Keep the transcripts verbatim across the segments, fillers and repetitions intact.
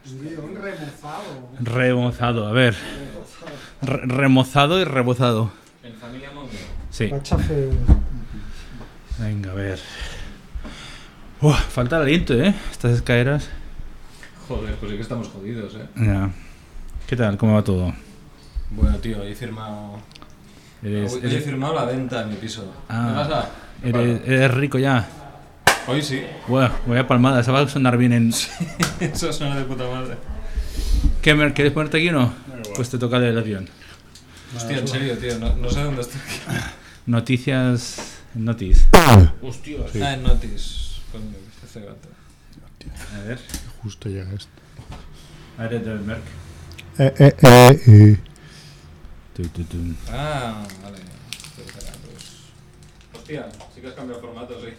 Un remozado. Remozado, a ver. Re- remozado y rebozado. ¿En familia Mongo? Sí. Chafe. Venga, a ver. Uf, falta el aliento, ¿eh? Estas escaleras. Joder, pues sí que estamos jodidos, ¿eh? Ya. ¿Qué tal? ¿Cómo va todo? Bueno, tío, he firmado... Eres, Hoy, hoy he eres, firmado la venta en mi piso. Ah. ¿Qué pasa? ¿Qué eres, pasa? eres rico ya. Hoy sí. Bueno, voy a palmada, se va a sonar bien en... Eso suena de puta madre. ¿Qué, Mer? ¿Quieres ponerte aquí o no? Pues te toca el avión. Hostia, en serio, tío, no, no sé dónde estoy. Noticias... Notis. Hostia. Sí. Ah, en Notis. Coño, que se levanta. A ver. Justo llega esto. A ver, del Merck. Eh, eh, eh, eh. Tu, tu, tu. Ah, vale. Espera, pues... Hostia, sí que has cambiado formato, sí.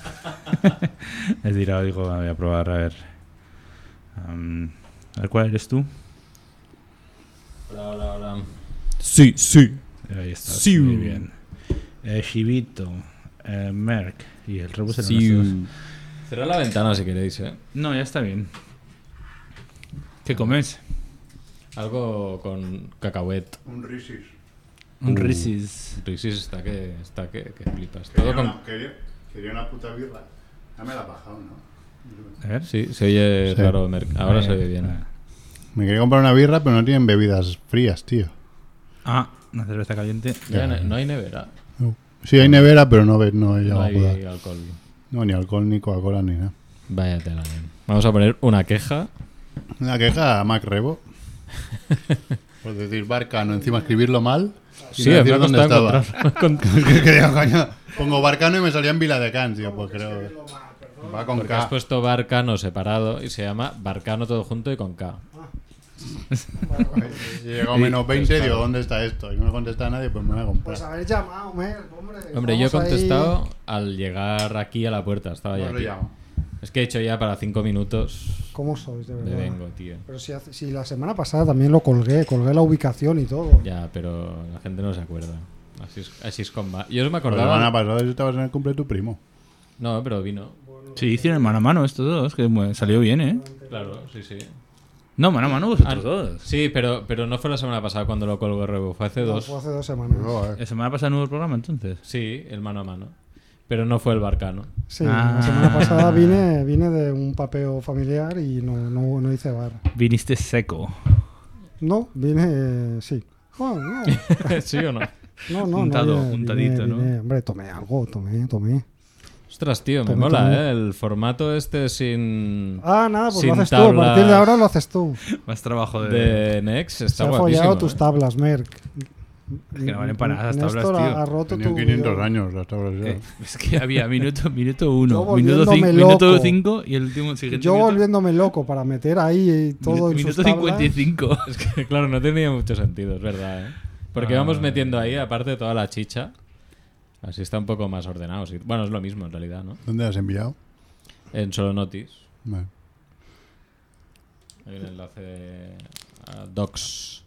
He tirado, digo, voy a probar, a ver. Um, a ver, ¿cuál eres tú? Hola, hola, hola. Sí, sí. Ahí está, Sí. muy bien. Eh, Shibito, eh, Merck y el rebus eran Sí. nuestros. Cerrad la ventana si queréis, ¿eh? No, ya está bien. ¿Qué comes? Algo con cacahuet. Un Risis. Un Uh. Reese's. Rixis está que, está que, que flipas. Quería Todo con... una, quería, quería una puta birra. Ya me la ha bajado, ¿no? A ver. Sí, se oye Sí. raro, Merck. Ahora Eh, se oye bien. ah. Me quería comprar una birra, pero no tienen bebidas frías, tío. Ah, una cerveza caliente. Ya no, no hay nevera. No. Sí, hay nevera, pero no, ve- no hay No agua hay potable. alcohol. No, ni alcohol, ni Coca-Cola, ni nada. Vaya tela, bien. Vamos a poner una queja. Una queja a Mac Rebo. Por decir Barcano, encima escribirlo mal. y Sí, no me decir ha dónde costado estaba. encontrar. Que- que digo, coño, pongo Barcano y me salía en Vila de Cans, tío, pues creo. Va con Porque has K. puesto Barcano separado y se llama Barcano todo junto y con K. Y llegó menos veinte, digo, ¿dónde está esto? Y no me contesta nadie, pues me voy a comprar. Pues haber llamado, Mer, hombre. Hombre, yo he Vamos ahí. contestado al llegar aquí a la puerta. Estaba ya ¿Cómo lo aquí. llamo? Es que he hecho ya para cinco minutos. ¿Cómo sois, de Me verdad? vengo, tío. Pero si, hace- si la semana pasada también lo colgué, colgué la ubicación y todo. Ya, pero la gente no se acuerda. Así es, así es con... va- Yo no me La semana acordaba... pasada yo estabas en el cumple de tu primo. No, pero vino. Sí, hicieron mano a mano estos dos, que bueno, salió bien, ¿eh? Claro, sí, sí. No, mano a mano vosotros Ah, dos. Sí, pero, pero no fue la semana pasada cuando lo colgó Rebo. Fue hace No, dos. fue hace dos semanas. Joder. ¿La semana pasada no hubo el programa entonces? Sí, el mano a mano. Pero no fue el Barcano. Sí, Ah. la semana pasada vine, vine de un papeo familiar y no, no, no hice bar. Viniste seco. No, vine, eh, sí. Bueno, no, ¿Sí o no? no, no. Untado, no vine- untadito, vine- ¿no? vine- Hombre, tomé algo, tomé, tomé. Ostras, tío, me Tome, mola, tome. ¿eh? El formato este sin... Ah, nada, pues Sin lo haces tú. A partir de tablas. ahora lo haces tú. Más trabajo de... de Nex. Se Está ha guapísimo. follado tus ¿eh? tablas, Merck. Es que no valen para nada las tablas, Néstor ha- tío. ha roto Tenían tu quinientos guión. años las tablas ya. Eh, es que había minuto minuto Yo uno, minuto volviéndome cinco, minuto loco. cinco y el último siguiente Yo minuto, volviéndome loco para meter ahí todo minuto, en sus minuto cincuenta y tablas. cinco. Es que, claro, no tenía mucho sentido, es verdad, ¿eh? Porque Ah. vamos metiendo ahí, aparte de toda la chicha. Así está un poco más ordenado. sí. Bueno, es lo mismo en realidad, ¿no? ¿Dónde has enviado? En Solo Notis. Vale. Hay un enlace de a Docs.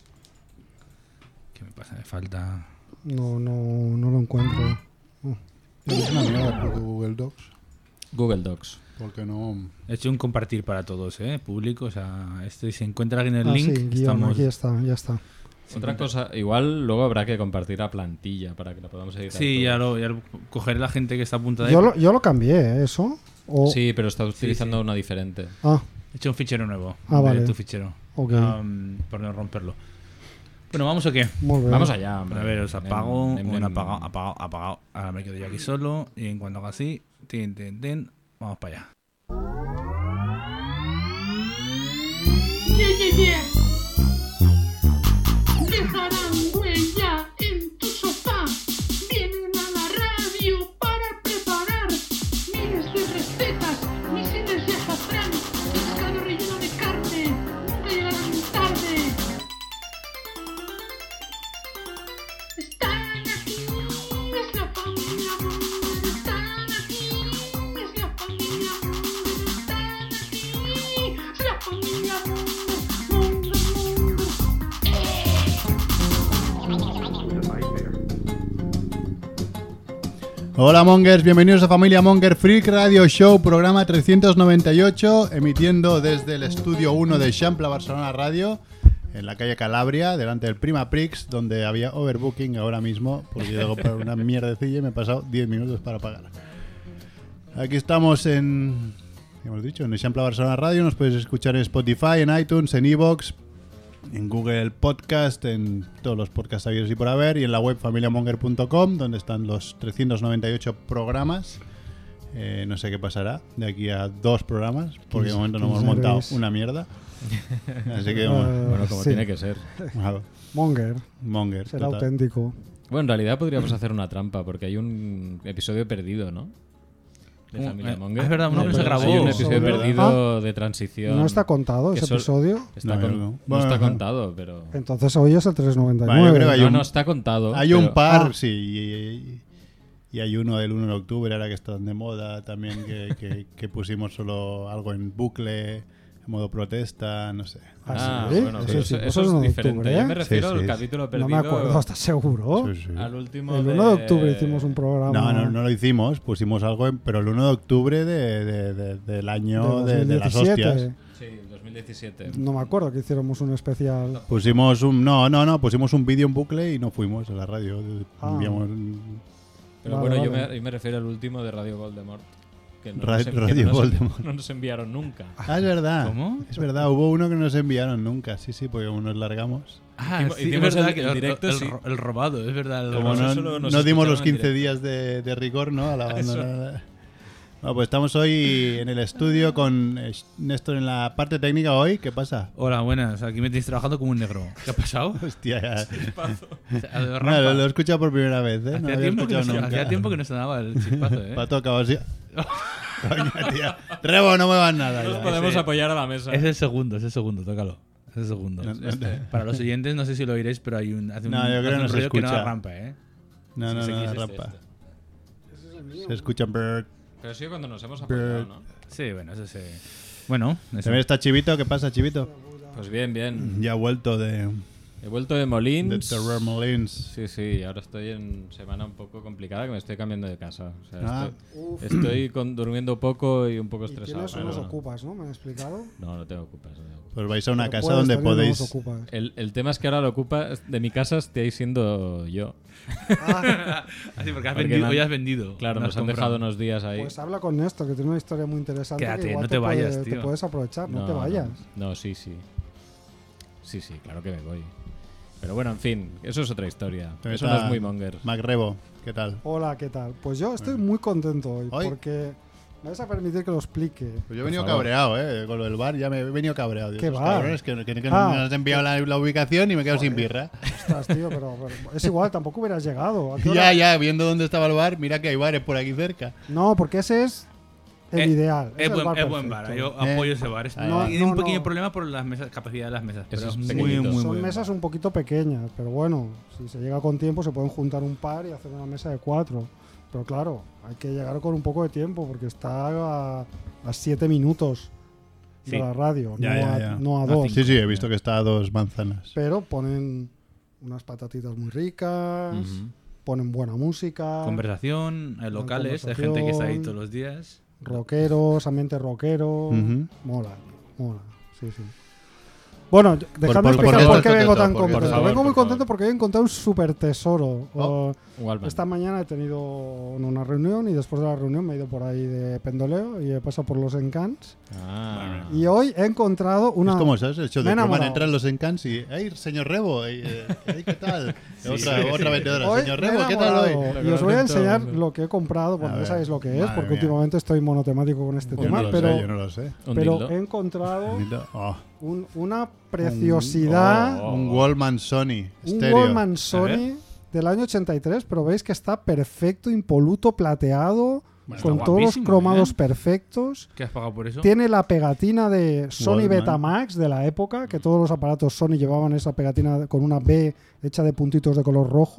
¿Qué me pasa? Me falta... No, no, no lo encuentro. Es una mierda porque Google Docs. Google Docs. Porque no. He hecho un compartir para todos, ¿eh? Público, o sea, esto, y si encuentra alguien el Ah, link, sí, guión, estamos... aquí está, ya está. si Otra encuentra- cosa, igual luego habrá que compartir la plantilla para que la podamos editar. Sí, todos. ya lo, ya lo cogeré la gente que está apuntada ahí. Yo lo, yo lo cambié, ¿eh? Eso. O... Sí, pero está utilizando sí. una diferente. Ah, He hecho un fichero nuevo. Ah, de vale. Tu fichero. ok. Um, por no romperlo. Bueno, ¿vamos o qué? Muy bien. Vamos allá, hombre. A ver, os apago. Nem, nem, Bueno, nem. apagado, apagado, apagado. Ahora me quedo yo aquí solo. Y en cuanto haga así, tin, tin, tin, vamos para allá. Yeah, yeah, yeah. Dejarán huella en tu sofá. Vienen a la radio para preparar miles de recetas, misiles de azafrán, pescado relleno de carne. Nunca llegarán tarde. Están aquí, es la familia Munger. Están aquí, es la familia Munger. Están aquí, es la familia Munger. Hola Mongers, bienvenidos a Familia Monger Freak Radio Show, programa trescientos noventa y ocho, emitiendo desde el estudio uno de Champla Barcelona Radio, en la calle Calabria, delante del Prima Prix, donde había overbooking ahora mismo, porque yo tengo que comprar una mierdecilla y me he pasado diez minutos para pagar. Aquí estamos en, ¿qué hemos dicho? En Champla Barcelona Radio, nos puedes escuchar en Spotify, en iTunes, en iVoox, en Google Podcast, en todos los podcasts habidos y por haber, y en la web familia monger punto com, donde están los trescientos noventa y ocho programas. Eh, no sé qué pasará de aquí a dos programas, porque de momento no hemos montado una mierda. Así que, bueno, Bueno, como sí. tiene que ser. Monger, Monger. será total. auténtico. Bueno, en realidad podríamos hacer una trampa, porque hay un episodio perdido, ¿no? De ¿Cómo? Familia Eh, Monger. es verdad, uno que Hay se un grabó. episodio ¿Verdad? perdido de transición. ¿No está contado que ese sol- episodio? Está No, con- yo no. no Bueno, está ajá. contado, pero... Entonces hoy es el trescientos noventa y Vale, yo creo nueve. que hay no, un- no está contado. Hay un pero- par, Ah. sí, y, y hay uno del uno de octubre, ahora que están de moda también, que, que, que pusimos solo algo en bucle, en modo protesta, no sé. Ah, ¿sí? bueno, Eso pero sí, eso, eso eso es es uno de diferente. octubre, Yo ¿eh? me refiero Sí, sí. al capítulo No perdido. me acuerdo, ¿estás seguro? Sí, sí. Al último El de... uno de octubre hicimos un programa. No, no, no lo hicimos, pusimos algo, en- pero el uno de octubre de, de- de- del año de, de las dos mil hostias. diecisiete. Sí, dos mil diecisiete. No me acuerdo que hiciéramos un especial. Pusimos un, no, no, no, pusimos un vídeo en bucle y no fuimos a la radio. Ah. Enviamos- Pero Vale, bueno, yo vale. me, yo me refiero al último de Radio Voldemort. Que no, Ra- nos, en- que Radio no nos- Voldemort. no nos enviaron nunca. Ah, es verdad. ¿Cómo? Es verdad, hubo uno que no nos enviaron nunca, sí, sí, porque nos largamos. Ah, Hicimos- sí, es hicimos verdad el- que el el, directo, el- sí. el robado, es verdad. el Como robado. eso no, lo- nos no dimos los escucharon en quince directo. días de, de rigor, ¿no? A la banda. Eso. Bueno, pues estamos hoy en el estudio con eh, Néstor en la parte técnica hoy. ¿Qué pasa? Hola, buenas. Aquí me tenéis trabajando como un negro. ¿Qué ha pasado? Hostia, ya. O sea, No, rampa. lo, lo he escuchado por primera vez, ¿eh? No lo hacía, había tiempo que no, escuchado se- nunca. hacía tiempo que no sonaba el chispazo, ¿eh? Pato, acabas de... Coño, tío. Rebo, no muevas nada. Nos ya. podemos ese- apoyar a la mesa. Es el segundo, es el segundo, tócalo. Es el segundo. No, no, Este. Para los oyentes, no sé si lo oiréis, pero hay un, hace un, No, yo creo hace que un no se ruido que no escucha. da rampa, ¿eh? No, no, Sí, no, sí, no, este, rampa. este. Se escucha... brr. Pero ha sido cuando nos hemos apoyado, ¿no? Sí, bueno, eso sí. Bueno, eso. También está Chivito. ¿Qué pasa, Chivito? Pues bien, bien. Ya ha vuelto de, He vuelto de de Molins. Terror Molins. Sí, sí, ahora estoy en semana un poco complicada que me estoy cambiando de casa. O sea, Ah. Uf, estoy, estoy con- durmiendo poco y un poco y estresado. tienes pero unos bueno. ocupas, ¿no? ¿Me han explicado? No, no tengo ocupas. no tengo ocupas. Pues vais a una Pero casa puedes donde tener unos podéis... ocupas. El, el tema es que ahora lo ocupa de mi casa estoy siendo yo. Ah, Así, porque has Porque vendido, me han- hoy has vendido. Claro, no nos has han comprado. dejado unos días ahí. pues habla con Néstor, que tiene una historia muy interesante. Quédate, que igual no te vayas, puede- tío. Te puedes aprovechar, no, te vayas. No, no, sí, sí. Sí, sí, claro que me voy. Pero bueno, en fin, eso es otra historia. También Eso no está es muy monger. Mac Rebo, ¿qué tal? Hola, ¿qué tal? Pues yo estoy muy contento hoy, ¿Hoy? porque me vas a permitir que lo explique. Pues yo he venido favor. cabreado, ¿eh? Con lo del bar ya me he venido cabreado. Dios, ¿Qué los bar? cabrones que, que, que Ah. no nos han enviado la, la ubicación y me quedo sin birra. Ostras, tío, pero, pero es igual, tampoco hubieras llegado. ¿A qué hora? Ya, ya, viendo dónde estaba el bar, mira que hay bares por aquí cerca. No, porque ese es el Eh, ideal. Es, el buen, bar es buen perfecto. bar. Yo Eh. apoyo ese bar. Es- No, tiene un no, pequeño no. problema por la mesa, capacidad de las mesas. Pero Eso es muy, pequeñito. muy, Son muy mesas un poquito pequeñas, pero bueno, si se llega con tiempo se pueden juntar un par y hacer una mesa de cuatro. Pero claro, hay que llegar con un poco de tiempo porque está a, a siete minutos Sí. de la radio, Ya, no, ya, a, ya. no a A dos. cinco. Sí, sí, he visto que está a dos manzanas. Pero ponen unas patatitas muy ricas, Ujú. ponen buena música, Conversación, eh, locales, hay gente que está ahí todos los días. rockeros, ambiente rockero. Ujú. Mola, mola. Sí, sí. Bueno, dejadme por- explicar por- por, por- qué por- vengo por- tan por- contento. por favor, vengo muy por favor. contento porque he encontrado un super tesoro. Oh. Wallman. Esta mañana he tenido una reunión y después de la reunión me he ido por ahí de pendoleo y he pasado por los Encants. Ah. Y hoy he encontrado una... Es como, ¿sabes? El show Me he de Truman, enamorado. entran los encants y... ¡Ey, señor Rebo! ey, eh, ey, ¿Qué tal? otra sí, otra sí. vendedora. Hoy Señor me he Rebo, ¿qué tal hoy? enamorado. Lo Y os voy a conocen enseñar todos. lo que he comprado, porque A no ver. sabéis lo que es, Madre porque mía. últimamente estoy monotemático con este Yo tema, no lo pero, sé, yo no lo sé. Un pero dildo. he encontrado Oh, un- una preciosidad, Oh. un Wallman Sony un estéreo. Wallman Sony del año ochenta y tres, pero veis que está perfecto, impoluto, plateado, Bueno, con está todos los guapísimo, cromados ¿eh? perfectos. ¿Qué has pagado por eso? Tiene la pegatina de Sony Wallman. Betamax de la época, que todos los aparatos Sony llevaban esa pegatina con una B hecha de puntitos de color rojo.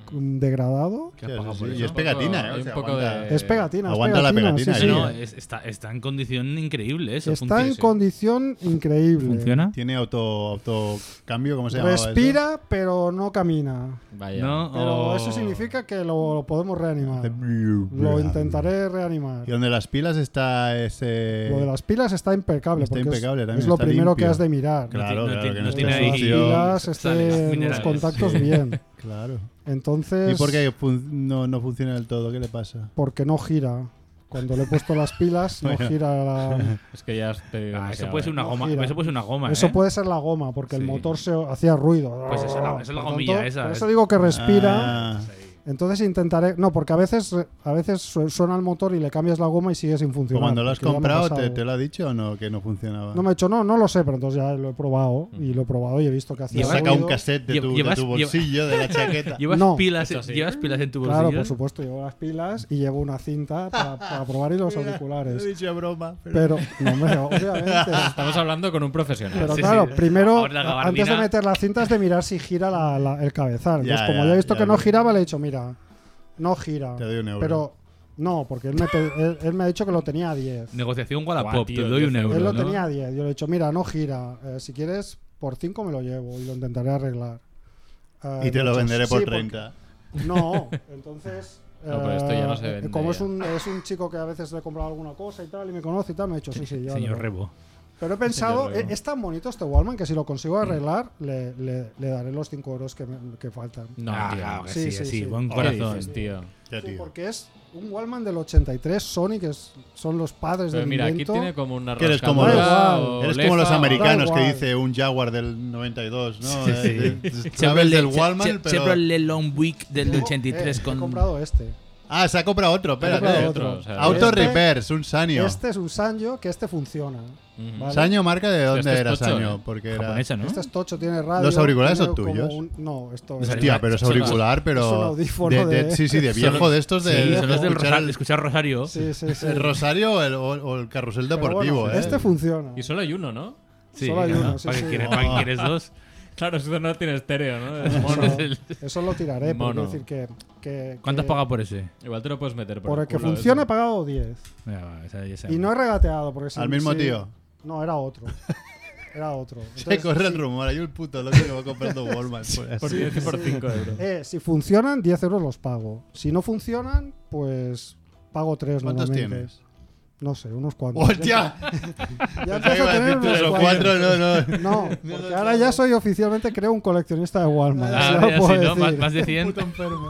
degradado. ¿Qué Sí, has pagado sí, por sí. eso? Y es pegatina, ¿eh? Hay O un sea, poco aguanta- de... Es pegatina, es Aguanta la pegatina, pegatina, sí, ¿eh? sí. No, es- está, está en condición increíble eso. Está funciona. en condición increíble. ¿Funciona? Tiene auto autocambio, ¿cómo se llama? Respira, pero no camina. Vaya. No, Pero o- eso significa que lo, lo podemos reanimar. Lo Lo intentaré reanimar. Y donde las pilas está ese... Lo de las pilas está impecable. Está porque es- impecable es, también, lo está primero limpio. que has de mirar. Claro, No claro, tiene- que no no tiene Que tiene las ahí función. pilas sales, estén los minerales. contactos Sí. bien. Claro. Entonces, ¿Y por qué fun- no, no funciona del todo? ¿Qué le pasa? porque no gira. Cuando le he puesto las pilas, no Bueno. gira la... Es que ya has pedido Ah, eso demasiado, puede ser ¿eh? una No goma. gira. Eso puede ser una goma. Eso ¿eh? puede ser la goma, porque el Sí. motor se hacía ruido. Pues esa es la- esa es la Por gomilla tanto, esa, Por es- eso digo que respira. Ah, Entonces intentaré... No, porque a veces a veces su- suena el motor y le cambias la goma y sigue sin ¿o funcionar. cuando lo has porque ya me ha comprado, te, pasado. te lo ha dicho o no? Que no funcionaba. No me ha dicho, no, no lo sé, pero entonces ya lo he probado. Y lo he probado y he visto que y hacía has sacado un ruido. cassette de tu, de Llevas- tu bolsillo, de la chaqueta. ¿Llevas, No. pilas, Eso sí. ¿Llevas pilas en tu bolsillo? Claro, por supuesto, llevo las pilas y llevo una cinta para, para probar y los Lo he auriculares. dicho de broma. Pero... Pero, no, hombre, obviamente. Estamos hablando con un profesional. Pero Sí, claro, sí. primero, Ahora la a- antes de gabardina- meter las cintas, de mirar si gira la- la- el cabezal. Entonces, Ya, como ya, ya he visto ya, que no ya. giraba, le he dicho, mira, no gira. Te doy un euro. Pero, no, porque él me, pe- él, él me ha dicho que lo tenía a diez. Negociación Guau, Wallapop, tío, te doy un diez euro. Él lo ¿no? tenía a diez. Yo le he dicho, mira, no gira. Eh, si quieres, por cinco me lo llevo y lo intentaré arreglar. Eh, Y te me lo ha dicho, venderé por "Sí, porque-". treinta. No, entonces. No, pero esto ya no se eh, vende Como ya. es un, es un chico que a veces le he comprado alguna cosa y tal, y me conoce y tal, me ha dicho, sí, sí, ya. Señor lo- Rebo. Pero he pensado, Señor Rebo. eh, es tan bonito este Wallman que si lo consigo arreglar, le, le- le daré los cinco euros que, me- que faltan. No, Ah, tío. claro que Sí, sí, sí, sí, sí. buen ¿Qué corazón. dices, tío? Ya, Sí, tío. porque es un Wallman del ochenta y tres Sony, que es- son los padres Pero del mira, aquí invento. tiene como una Que eres como rascadura los- o Eres lefa como los o- americanos Da que igual. dice un Jaguar del noventa y dos, ¿no? Sí, Eh, sí. de- de- Sabes Chevrolet del Wallman, Che- pero... Chevrolet Long Week del Tengo- ochenta y tres eh, con... He comprado este. Ah, se ha comprado otro, He comprado espérate. otro, otro. o sea, Auto Este- Reverse, un Sanyo. Este es un Sanyo que este funciona. Ujú. ¿vale? ¿Sanyo marca de dónde Este es era tocho, Sanyo? ¿eh? Porque era... Japonesa, ¿no? Este es tocho, tiene radio. ¿Los auriculares tiene son como tuyos? un- no, esto Pues es. Hostia, pero es Son- auricular, es pero... un audífono de, de- Sí, sí, de viejo de estos de... Sí, de son los del escuchar Rosario, el- escuchar Rosario. Sí, sí, sí. el Rosario o el, o- o el carrusel Pero deportivo, bueno, ¿eh? Este funciona. Y solo hay uno, ¿no? Sí, Solo hay ¿no? uno, sí, ¿Para, sí. qué quieres, ¿Para qué quieres dos? Claro, esto no tiene estéreo, ¿no? Es Eso, mono. eso lo tiraré, pero Mono. quiero decir que. que ¿Cuánto has que pagado por ese? Igual te lo puedes meter por, Por el el que culo, funcione he eso. pagado diez. Ya va, esa- ya Y sabemos. no he regateado. Porque si- ¿Al mismo si- tío? No, era otro. Era otro. Se Entonces, corre el si- rumor, hay un puto loco que va comprando Wallman. pues. Por diez y por cinco euros. eh, si funcionan, diez euros los pago. Si no funcionan, pues pago tres ¿Cuántos normalmente. tienes? No sé, unos cuantos. ¡Hostia! Ya Pensaba que empiezo iba a a tener decir tres unos o cuantos. cuatro, no, no. No, porque ahora ya soy oficialmente, creo, un coleccionista de Walmart. Ah, ya lo ya puedo sí, ¿no? decir. Más, más de cien. Puto enfermo.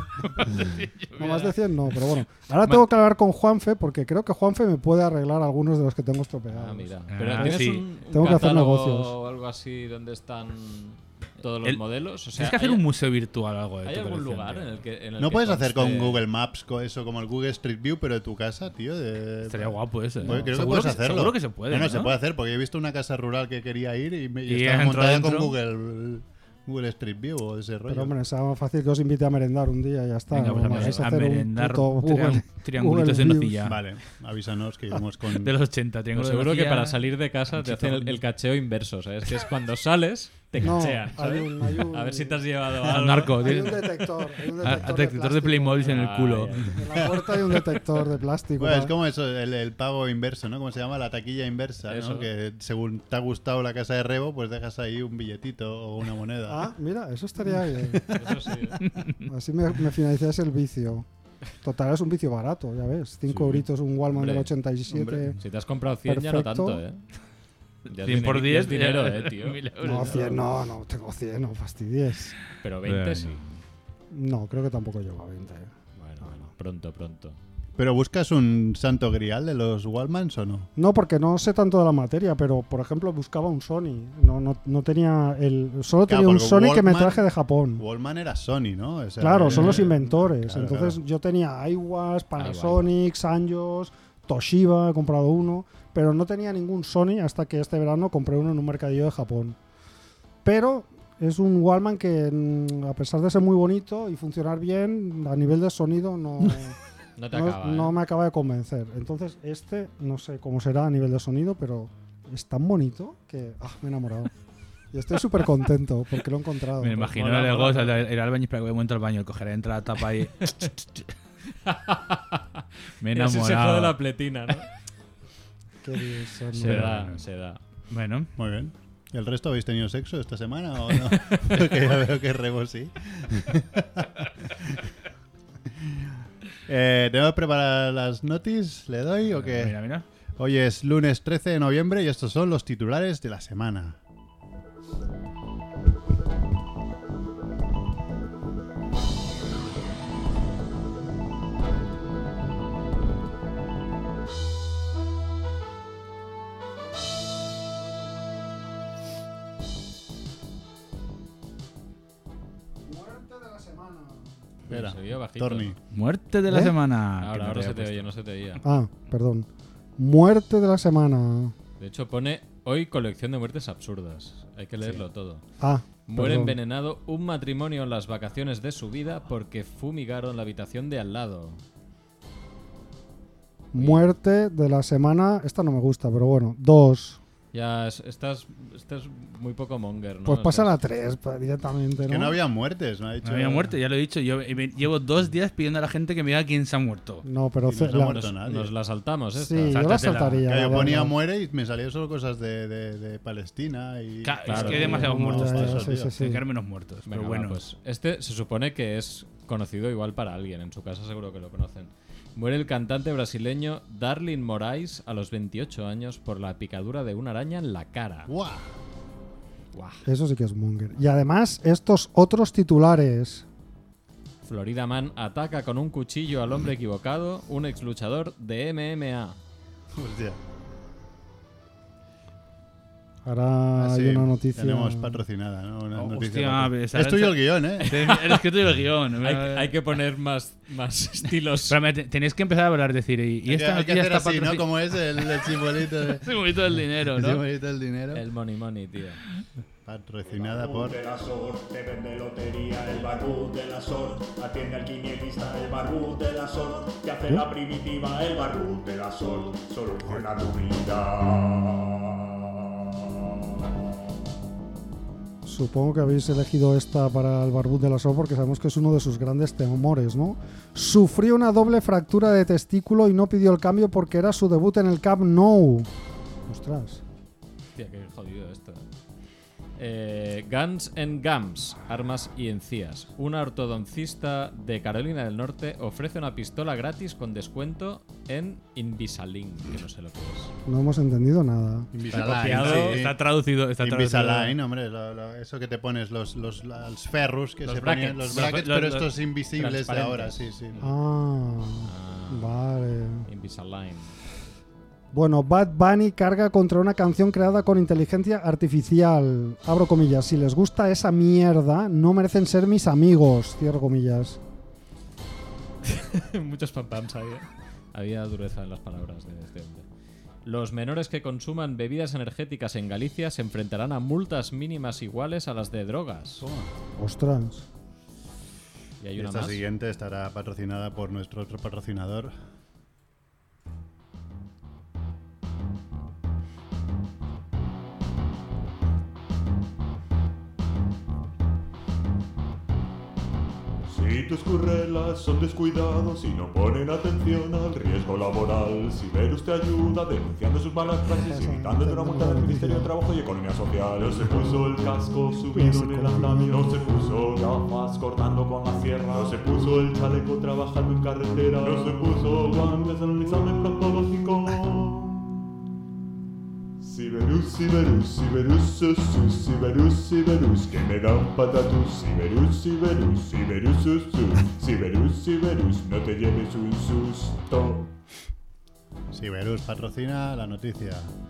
No, más de cien no, pero bueno. Ahora tengo que hablar con Juanfe porque creo que Juanfe me puede arreglar algunos de los que tengo estropeados. Ah, mira. Ah, Pero tienes sí. un, un Tengo que hacer catálogo negocios. o algo así donde están todos los El- modelos. O sea, Tienes que hacer ¿hay, un museo virtual o algo de ¿hay tu algún colección, lugar tío. en el que en el No que puedes hacer con conste- Google Maps co- eso como el Google Street View, pero de tu casa, tío. De... Estaría guapo eso. ¿eh? Pues creo que Seguro puedes hacerlo. Seguro que se puede. No, no, ¿no? se puede hacer porque he visto una casa rural que quería ir y, me, y Y estaba entró montada con dentro. Google, Google Street View o ese rollo. Pero hombre, será más fácil que os invite a merendar un día y ya está. Venga, No pues a, me mer- vais a a hacer un merendar puto trian- Google- triangulitos Google de Views. nocilla. Vale, avísanos que íbamos con... De los ochenta, Pues triángulos de seguro que nocilla. para salir de casa te hacen el, el cacheo inverso, ¿sabes? Que es cuando sales, te No, cachean. hay ¿sabes? un, hay un- A ver si te has llevado Al algo. narco. hay tío. un detector. Hay un Ah, detector, detector de plástico. Playmobil en el Ah, culo. ya. En la puerta hay un detector de plástico. Bueno, es para- como eso, el, el pago inverso, ¿no? Como se llama la taquilla inversa, Eso. ¿no? Que según te ha gustado la casa de Rebo, pues dejas ahí un billetito o una moneda. Ah, mira, eso estaría bien. Eso sí. ¿eh? Así me, me financias el vicio. Total, es un vicio barato, ya ves. cinco Sí. euritos un Wallman Hombre, del ochenta y siete. hombre. Si te has comprado cien ya no Perfecto. tanto, ¿eh? Ya es cien por dineri- ya diez. es dinero, ¿eh, tío? mil euros. No, cien no, no, tengo cien, no fastidies. Pero veinte Bueno. sí. No, creo que tampoco llego a veinte. Bueno, bueno, pronto, pronto. ¿Pero buscas un santo grial de los Wallmans o no? No, porque no sé tanto de la materia, pero por ejemplo buscaba un Sony. No, no, no tenía el. Solo Claro, tenía un porque Sony que me Walkman- traje de Japón. Wallman era Sony, ¿no? O sea, Claro, eh, son los inventores. claro, Entonces claro. yo tenía Aiwas, Panasonic, Sanjos, Toshiba, he comprado uno, pero no tenía ningún Sony hasta que este verano compré uno en un mercadillo de Japón. Pero es un Wallman que, mm, a pesar de ser muy bonito y funcionar bien, a nivel de sonido no, No te no, acaba, no ¿eh? me acaba de convencer. Entonces este, no sé cómo será a nivel de sonido, pero es tan bonito que ah, me he enamorado. Y estoy súper contento porque lo he encontrado. Me imagino mola, el mola, ego, mola. ir al baño, espera que voy un momento al baño, el coger, entra la tapa y... Me he Y así se jode enamorado. la pletina, ¿no? Qué risa, ¿no? Se Pero da, bueno. se da. Bueno, Muy bien. ¿Y el resto habéis tenido sexo esta semana o no? Porque ya veo que Rebo sí. eh, ¿Tengo que preparar las notis? ¿Le doy o qué? mira, mira. Hoy es lunes trece de noviembre y estos son los titulares de la semana. Muerte de la semana. Espera, Se oye bajito. Torni. Muerte de la ¿Eh? semana. Que Ahora, no ahora te se había te puesto. oye, no se te oía. Ah, perdón. Muerte de la semana. De hecho, pone hoy colección de muertes absurdas. Hay que leerlo todo. Ah, Muere perdón. envenenado un matrimonio en las vacaciones de su vida porque fumigaron la habitación de al lado. Muerte de la semana. Esta no me gusta, pero bueno. Dos. Ya, es- estás, estás muy poco monger, ¿no? Pues O pasa sea, la tres pa- directamente, ¿no? Que no había muertes, me ha dicho. No había muerte, ya lo he dicho. Yo eh, llevo dos días pidiendo a la gente que me diga quién se ha muerto. No, pero... Y no ce- se ha la- muerto Nos, nadie. nos la saltamos, esta. Sí, yo la Sáltatela. saltaría. Que la yo ponía verdad. muere y me salían solo cosas de, de, de Palestina y... Claro, Claro, es que hay tío, demasiados como muertos. ya, tío. ya, sí, sí, Tienen sí. que haber menos muertos. Venga, pero va, bueno. pues este se supone que es conocido igual para alguien. En su casa seguro que lo conocen. Muere el cantante brasileño Darlin Moraes a los veintiocho años por la picadura de una araña en la cara. ¡Guau! Guau. Eso sí que es monger. Y además, estos otros titulares. Florida Man ataca con un cuchillo al hombre equivocado, un ex luchador de M M A. Hostia. Ahora Ah, sí, hay una noticia. Tenemos patrocinada, ¿no? Una Oh, noticia hostia, patro- ves, Es tuyo ahora- el guión, ¿eh? He escrito yo el guión. Hay, hay que poner más, más estilos. Pero me te- tenéis que empezar a hablar, decir, y, y Hay que- esta hay que noticia hacer está así, ¿no? patrocinada. Como es el, el simbolito, de- Es un bonito del dinero, el ¿no? simbolito del dinero. El money money, tío. Patrocinada por... de la S O R, te vende lotería el barbud de la S O R, atiende al quinielista el barbud de la S O R, te hace la primitiva el barbud de la S O R, soluciona tu vida. Supongo que habéis elegido esta para el barbud de la S O porque sabemos que es uno de sus grandes temores, ¿no? Sufrió una doble fractura de testículo y no pidió el cambio porque era su debut en el Camp Nou. Ostras. Hostia, qué jodido esto. Eh, Guns and Gums, armas y encías. Una ortodoncista de Carolina del Norte ofrece una pistola gratis con descuento en Invisalign, que no sé lo que es. No hemos entendido nada. Invisalign, copiado, sí. Está traducido. Está traducido. Invisalign, hombre, lo- lo- eso que te pones, los, los, los ferros que Los se brackets. ponían, los Los- brackets, los- pero los estos invisibles de ahora, sí, transparentes. sí. Ah, Ah, vale. Invisalign. Bueno, Bad Bunny carga contra una canción creada con inteligencia artificial. Abro comillas. Si les gusta esa mierda, no merecen ser mis amigos. Cierro comillas. Muchos pam pams ahí, ¿eh? Había dureza en las palabras de este hombre. Los menores que consuman bebidas energéticas en Galicia se enfrentarán a multas mínimas iguales a las de drogas. Ostras. Y hay Y una esta más. siguiente estará patrocinada por nuestro otro patrocinador. Si tus currelas son descuidados y no ponen atención al riesgo laboral, Siberus te ayuda denunciando sus malas praxis y quitándote una multa del Ministerio de Trabajo y Economía Social. No se puso el casco subido en el andamio, no se puso gafas cortando con la sierra, no se puso el chaleco trabajando en carretera, no se puso guantes en un examen proctológico. Siberus, Siberus, Siberus, sus, Siberus, Siberus, que me da un patatús. Siberus, Siberus, Siberus, sus, Siberus, Siberus, no te lleves un susto. Siberus patrocina la noticia.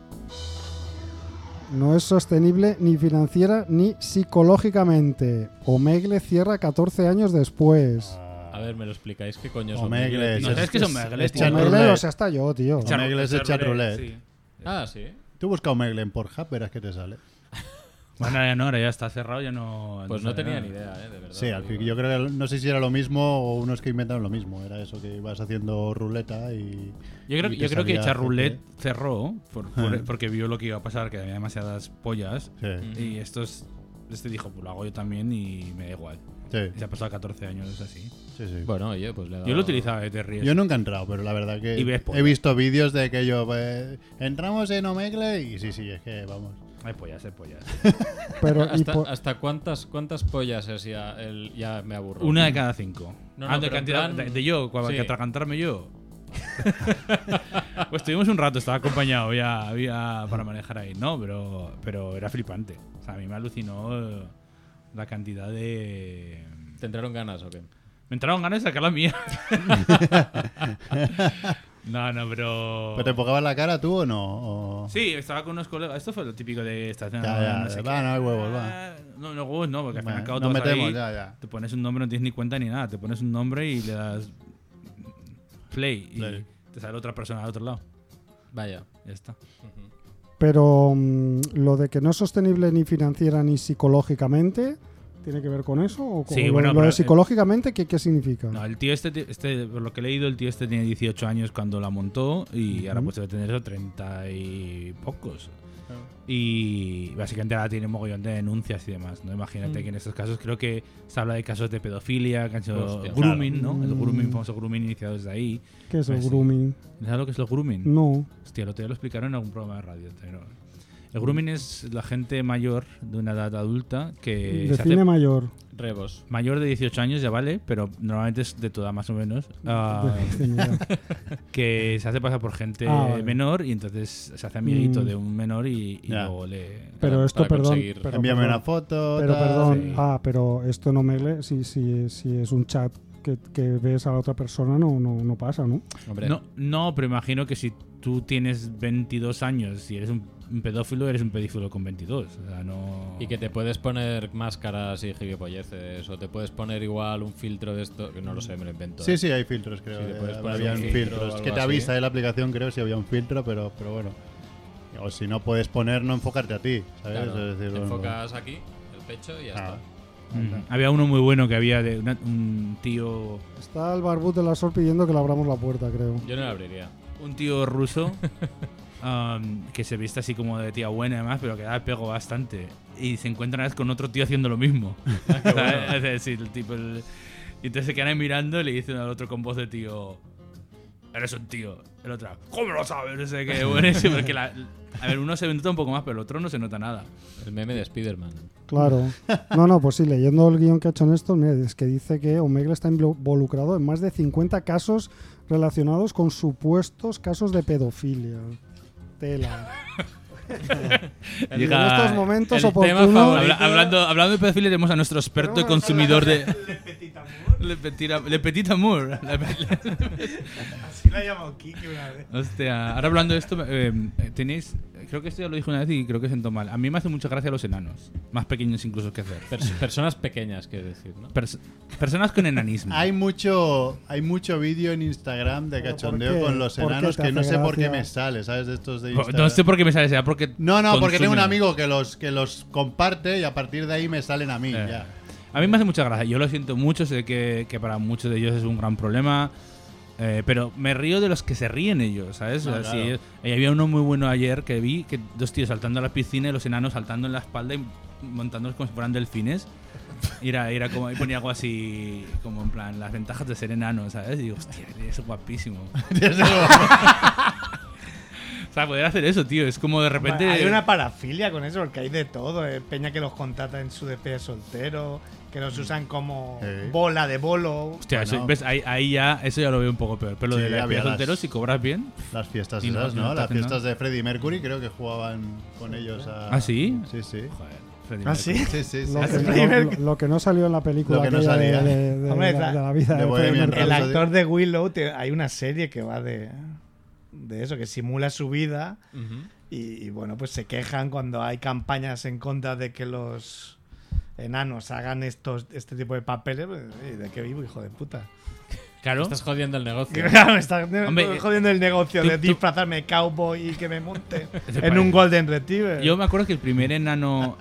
No es sostenible ni financiera ni psicológicamente. Omegle cierra catorce años después. A ver, ¿me lo explicáis? ¿Qué coño es Omegle, Omegle, tío? No sabes que son megles, es tío. chat Omegle roulette. lo sé hasta yo, tío. Omegle es el chat roulette. Sí. Ah, sí. Tú busca Omegle en Pornhub, verás que te sale. Bueno, ya no, ahora ya está cerrado, ya no. Pues no sé, tenía ni idea, ¿eh? De verdad. Sí, al te fin, digo. yo creo que no sé si era lo mismo o unos que inventaron lo mismo. Era eso que ibas haciendo ruleta y. Yo creo, y yo te creo que salía Echar gente. Roulette cerró por- por- Ah. porque vio lo que iba a pasar, que había demasiadas pollas. Sí, Mm. Y estos, este dijo, pues lo hago yo también y me da igual. sí, Y se ha pasado catorce años así. sí, sí. Bueno, oye, pues le he dado... Yo lo utilizaba, eh, te ríes. Yo nunca he entrado, pero la verdad que Y ves he pollas. visto vídeos de que yo pues, entramos en Omegle y sí, sí, es que vamos. Hay pollas, hay pollas. Pero, y ¿Hasta, por- hasta cuántas, cuántas pollas es ya? El, ya me aburro. Una de cada cinco. No, ah, no, de pero en cantidad plan- de, de yo, para sí. que atragantarme yo. Pues estuvimos un rato, estaba acompañado ya había para manejar ahí, no, pero, pero era flipante. O sea, a mí me alucinó eh, la cantidad de. ¿Te entraron ganas o qué? Me entraron ganas de sacar la mía. No, no, pero. ¿Pero te enfocabas la cara tú o no? O- Sí, estaba con unos colegas. Esto fue lo típico de estación. Ya, ya, no sé va, qué. no hay huevos, va. No, no huevos no, porque al fin y al Bueno, cabo nos todos metemos, ahí, ya, ya. te pones un nombre, no tienes ni cuenta ni nada. Te pones un nombre y le das play y Play. te sale otra persona al otro lado. Vaya. Ya está. pero mm, lo de que no es sostenible ni financiera ni psicológicamente, ¿tiene que ver con eso? ¿O con Sí, lo, bueno, lo pero, de eh, psicológicamente, ¿qué, qué significa? No, el tío este, este, por lo que he leído, el tío este tiene dieciocho años cuando la montó y ahora pues debe tener eso treinta y pocos. Y básicamente ahora tiene un mogollón de denuncias y demás, ¿no? Imagínate Mm. que en estos casos creo que se habla de casos de pedofilia, que han sido Hostia. grooming, Claro. ¿no? El Mm. grooming, famoso grooming iniciado desde ahí. ¿Qué es el Pues sí. grooming? ¿Sabes lo que es el grooming? No. Hostia, el otro día lo explicaron en algún programa de radio. Pero el grooming es la gente mayor de una edad adulta que se Define hace mayor. Rebos. mayor de dieciocho años, ya vale, pero normalmente es de toda más o menos. ah, Define ya. que se hace pasar por gente Ah, vale. menor y entonces se hace amiguito Mm. de un menor y, y Ya. luego le. Pero Para- esto, para perdón. conseguir. pero Envíame perdón, una foto. Pero tal. perdón. sí. Ah, pero esto en Omegle, si, si, si es un chat que, que ves a la otra persona, no, no, no pasa, ¿no? Hombre, No, no, pero imagino que si tú tienes veintidós años y eres un, un pedófilo, eres un pedófilo con veintidós. O sea, no. y que te puedes poner máscaras y gilipolleces, o te puedes poner igual un filtro de esto, que no lo sé, me lo invento. Sí, ¿eh? sí, hay filtros, creo. Sí, te puedes eh, poner había un filtro o filtros. algo Que te así. avisa de la aplicación, creo, si había un filtro, pero, pero bueno. O si no puedes poner, no enfocarte a ti, ¿sabes? Claro, Es decir, te bueno, enfocas aquí, el pecho y ya Ah. está. Mm. Había uno muy bueno que había de una- un tío. Está el barbut de la S O R pidiendo que le abramos la puerta, creo. Yo no la abriría. Un tío ruso um, que se viste así como de tía buena y demás, pero que da el pego bastante. Y se encuentra una vez con otro tío haciéndolo mismo. ¿Sabes? Es decir, el tipo. el- Y entonces se quedan ahí mirando y le dicen al otro con voz de tío: Eres un tío. El otro: ¿Cómo lo sabes? No sé qué. Buenísimo. Porque la, a ver, uno se nota un poco más, pero el otro no se nota nada. El meme de Spider-Man. Claro. No, no, pues sí, leyendo el guión que ha hecho Néstor, mira, es que dice que Omegle está involucrado en más de cincuenta casos relacionados con supuestos casos de pedofilia. Tela. Y en Llega estos momentos el tema oportunos. favorito. Habla- hablando, hablando de pedofilia, tenemos a nuestro experto y consumidor de. Le Petit Amour. Le Petit Amour. Le Petit- Así la ha llamado Kiki una vez. Hostia, ahora hablando de esto, eh, tenéis. Creo que esto ya lo dije una vez y creo que siento mal. A mí me hace mucha gracia los enanos. Más pequeños incluso que hacer. Pers- personas pequeñas, quiero decir, ¿no? Pers- personas con enanismo. Hay mucho, hay mucho vídeo en Instagram de ¿Pero por cachondeo qué? con los ¿Por qué enanos te que no hace sé por qué gracia? me sale, ¿sabes? De estos de Po- Instagram. no sé por qué me sale, sea porque. No, no, porque tengo un consumen. amigo que los, que los comparte y a partir de ahí me salen a mí. Eh. Ya. A mí me hace mucha gracia. Yo lo siento mucho, sé que, que para muchos de ellos es un gran problema. eh, pero me río de los que se ríen ellos, ¿sabes? No, O sea, claro. si ellos- y había uno muy bueno ayer que vi que dos tíos saltando a la piscina y los enanos saltando en la espalda y montándolos como si fueran delfines. Y era, era como, y ponía algo así, como en plan, las ventajas de ser enano, ¿sabes? Y digo, hostia, es guapísimo. O sea, poder hacer eso, tío, es como de repente. Hay una parafilia con eso, porque hay de todo. eh. Peña que los contrata en su despedida de soltero, que los usan como Sí. bola de bolo. Hostia, eso- Bueno. ¿ves? Ahí, ahí ya, eso ya lo veo un poco peor. Pero lo Sí, de la había despedida las- soltero, si cobras bien. Las fiestas Y no- esas, no ¿no? te Las hacen fiestas nada. de Freddie Mercury creo que jugaban con ellos a... ¿Ah, sí? Sí, sí. Joder, Freddie ¿Ah, Mercury. sí? Sí, sí, sí. Lo que, Freddie lo- Mercury. lo que no salió en la película Lo que no aquella de, salía. de- de Hombre, la, la- de la vida de de Bohemian Freddie Mercury. El Rhapsody. actor de Willow, te- hay una serie que va de, de eso, que simula su vida. Ujú. Y, y, bueno, pues se quejan cuando hay campañas en contra de que los enanos hagan estos este tipo de papeles. Pues, "Ey, ¿de qué vivo, hijo de puta?". Claro. Estás jodiendo el negocio. Me está Hombre, jodiendo el negocio tú- de tú- disfrazarme de cowboy y que me monte Te en parece. un Golden Retriever. Yo me acuerdo que el primer enano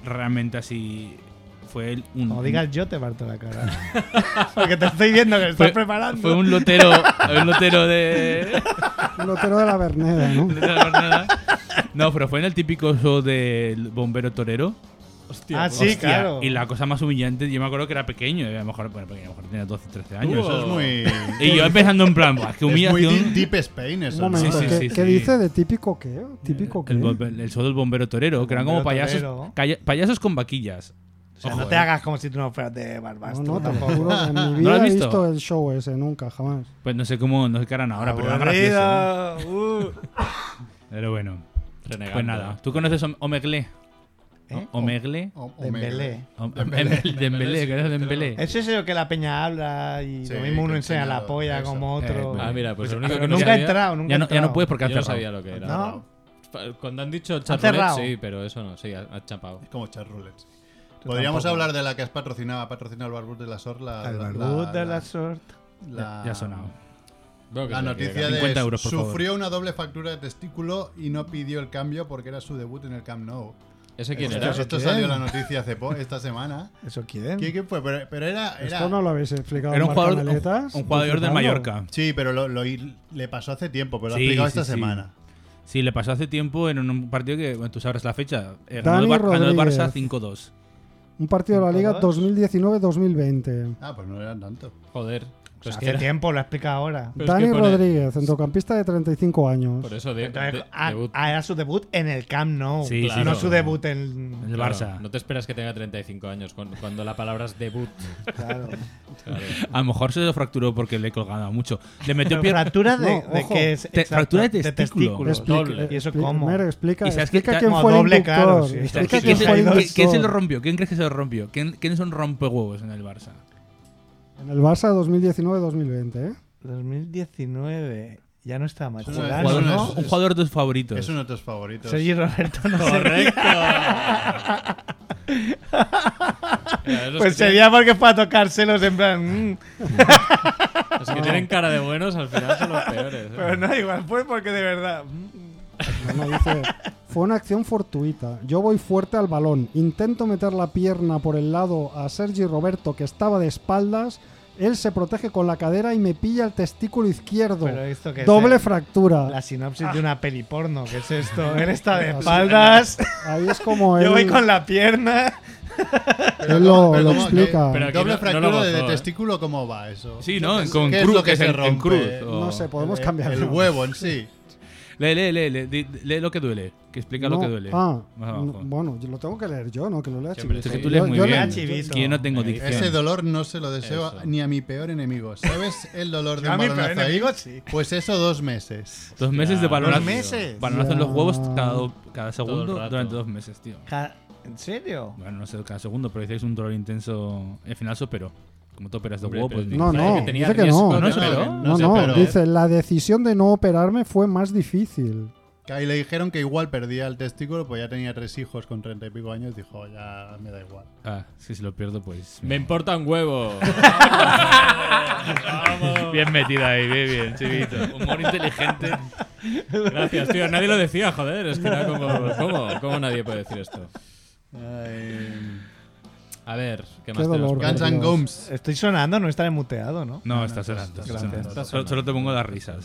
realmente así fue el- un, Como digas yo, te parto la cara. Porque te estoy viendo que lo estás fue, preparando. fue un lotero, un lotero de, Un lotero de la Verneda, ¿no? de la Bernada. No, pero fue en el típico show del bombero torero. Ah, sí, Hostia, claro. Y la cosa más humillante, yo me acuerdo que era pequeño, a lo mejor, bueno, pequeño, a lo mejor tenía doce, trece años. Eso es muy. Y yo empezando en plan, "Buah, qué Es muy humillación". deep, deep Spain eso. Un ¿no? momento, Sí, sí, ¿qué, sí, qué sí. dice de típico qué? ¿Típico qué? El, bombe- el show del bombero torero, que eran como Bombero payasos, torero. calla- payasos con vaquillas. O sea, Ojo, no te eh. hagas como si tú no fueras de No, Barbastro. no, te lo tampoco. juro, en mi ¿No lo vida has he visto? visto el show ese, nunca, jamás. Pues no sé cómo, no sé qué harán ahora, pero era gracioso. Aburrido. Uh. Pero bueno, Renegando. pues nada. ¿Tú conoces Om- Omegle? ¿Eh? O- Omegle. O- o Dembélé. Om- Dembélé. Dembélé, Dembélé, que eres Dembélé. Eso es lo que la peña habla y Sí, lo mismo uno que enseña la enseña polla eso. como otro. Eh, Ah, mira, pues lo único Pero que no nunca he sabía- entrado, nunca Ya he no, ya no entrado. puedes porque has Yo no cerrado. sabía lo que era. ¿No? Cuando han dicho ¿Han chat cerrado? roulette, sí, pero eso no, sí, ha, ha chapado. Es como Char Roulette. Podríamos tampoco. hablar de la que has patrocinado, ha patrocinado el Barbut de la Sor, la, El la- barbud la- de la la- sort. la- Ya ha sonado. Veo que La sí, que noticia era- de cincuenta euros, por favor. sufrió una doble fractura de testículo y no pidió el cambio porque era su debut en el Camp Nou. ¿Ese quién Esto, era? esto ¿Quién? salió en la noticia hace po- esta semana. ¿Eso quién? ¿Quién, quién fue? Pero, pero era, era- Esto no lo habéis explicado. Era un en jugador, un, Marcamaletas, un jugador del disfrutando. Mallorca. Sí, pero lo, lo- le pasó hace tiempo, pero lo Sí, ha explicado sí, esta sí. semana. Sí, le pasó hace tiempo en un partido que, bueno, tú sabrás la fecha. Eh, ganó, Dani el Bar- ganó el Rodríguez. Barça cinco dos. Un partido de la Liga cinco dos. dos mil diecinueve dos mil veinte. Ah, pues no eran tanto. Joder. O sea, Pues que hace era- tiempo, lo ha explicado ahora. Pero es Dani que pone- Rodríguez, centrocampista de treinta y cinco años. Por eso de, Entonces, de- ah, debut. ah, era su debut en el Camp Nou. Sí, Claro. No su debut en. El Claro, Barça. no te esperas que tenga treinta y cinco años cuando, cuando la palabra es debut. Claro. Claro. A lo mejor se lo fracturó porque le colgaba mucho. Le metió Pero pier- fractura de, No, de ojo. que es. Te- exacto, fractura de testículo. testículos. Explica- doble. ¿Y eso explica- cómo? Mer, explica, ¿Y sabes qué? explica Te- quién Como fue el doble, inductor. claro, sí. Explica ¿Quién, quién se- fue el quién- quién se lo inductor. rompió? ¿Quién crees que se lo rompió? ¿Quién, ¿Quién es un rompehuevos en el Barça? En el Barça dos mil diecinueve dos mil veinte, ¿eh? dos mil diecinueve. Ya no está Un Un Machulano, jugador, ¿no? un jugador de tus favoritos. Es uno de tus favoritos. Sergi Roberto no Correcto. sería. Mira, esos Pues que sería porque fue a tocárselos en plan. mm. tienen- Los que tienen cara de buenos al final son los peores. ¿eh? Pero no, igual fue porque de verdad. mm. No, no, dice, fue una acción fortuita. Yo voy fuerte al balón. Intento meter la pierna por el lado a Sergi Roberto, que estaba de espaldas. Él se protege con la cadera y me pilla el testículo izquierdo. Pero esto que es Doble de- fractura. La sinopsis de una peli porno. ¿Qué es esto? Él está de espaldas. Ahí es como él, Yo voy con la pierna. él lo, Pero lo ¿cómo? explica. Pero aquí Doble no- no fractura lo de, gozó, de ¿eh? testículo, ¿cómo va eso? Sí, ¿no? ¿Qué Con es cruz, lo que es se en- en rompe? cruz, o- No sé, podemos El- cambiar. El huevo en sí. Lee, lee, lee, lee, di- lee lo que duele. Que explica lo No, que duele. Ah, Más abajo. no, bueno, yo lo tengo que leer yo, ¿no? Que lo lea Siempre, Chivito. Es que sí. tú lees Yo- muy yo bien. le- Chivito. Que yo no tengo Eh, dicción. Ese dolor no se lo deseo Eso. ni a mi peor enemigo. ¿Sabes el dolor de A un mi peor balonazo ahí? enemigo, sí. Pues eso dos meses. Dos meses de Ya, balonazo. dos meses. Balonazo en los Ya. huevos cada, do- cada Todo segundo el rato. durante dos meses, tío. Ja- ¿En serio? Bueno, no sé, cada segundo, pero dices un dolor intenso. Al final se operó. Como tú operas de Hombre, huevo, pero pues. di- No, parece no, que tenía dice que riesgo no. de No se que- operó. No, se no, operó, ¿eh? dice, la decisión de no operarme fue más difícil. Que ahí le dijeron que igual perdía el testículo, pues ya tenía tres hijos con treinta y pico años. Dijo, ya me da igual. Ah, sí, si lo pierdo, pues. Me importa un huevo. Bien metida ahí, bien, bien, chivito. Humor inteligente. Gracias, tío. Nadie lo decía, joder. Es que era como. ¿Cómo? ¿Cómo nadie puede decir esto? A ver, ¿qué más Qué tenemos? dolor, por Guns aquí? and Dios. Gums. Estoy sonando, no estaré muteado, ¿no? No, está sonando. Está gracias. sonando. Está Solo, solo te pongo las risas.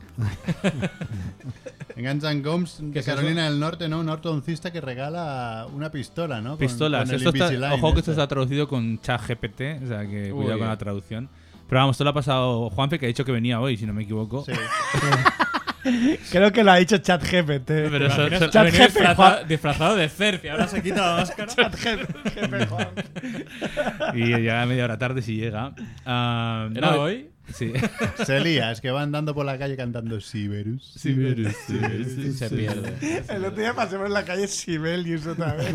En Guns and Gums de es Carolina del Norte, ¿no? Un ortodoncista que regala una pistola, ¿no? Con- Pistolas. con el Esto está- Invisalign ojo que esto este. está traducido con ChatGPT, o sea que Uy. cuidado con la traducción. Pero vamos, esto lo ha pasado Juanfe, que ha dicho que venía hoy, si no me equivoco. Sí. Creo que lo ha dicho ChatGPT. Pero ¿Te eso- imaginas? eso- Ha venido Chat jefe, disfraza- Juan. disfrazado de Cerf y ahora se quita la máscara. ChatGPT, Juan. y llega media hora tarde si llega. Ah, ¿Era no, hoy? Sí. Se lía, es que va andando por la calle cantando Siberus. Siberus, Siberus, Sí, se pierde. El otro día pasé por la calle Sibelius otra vez.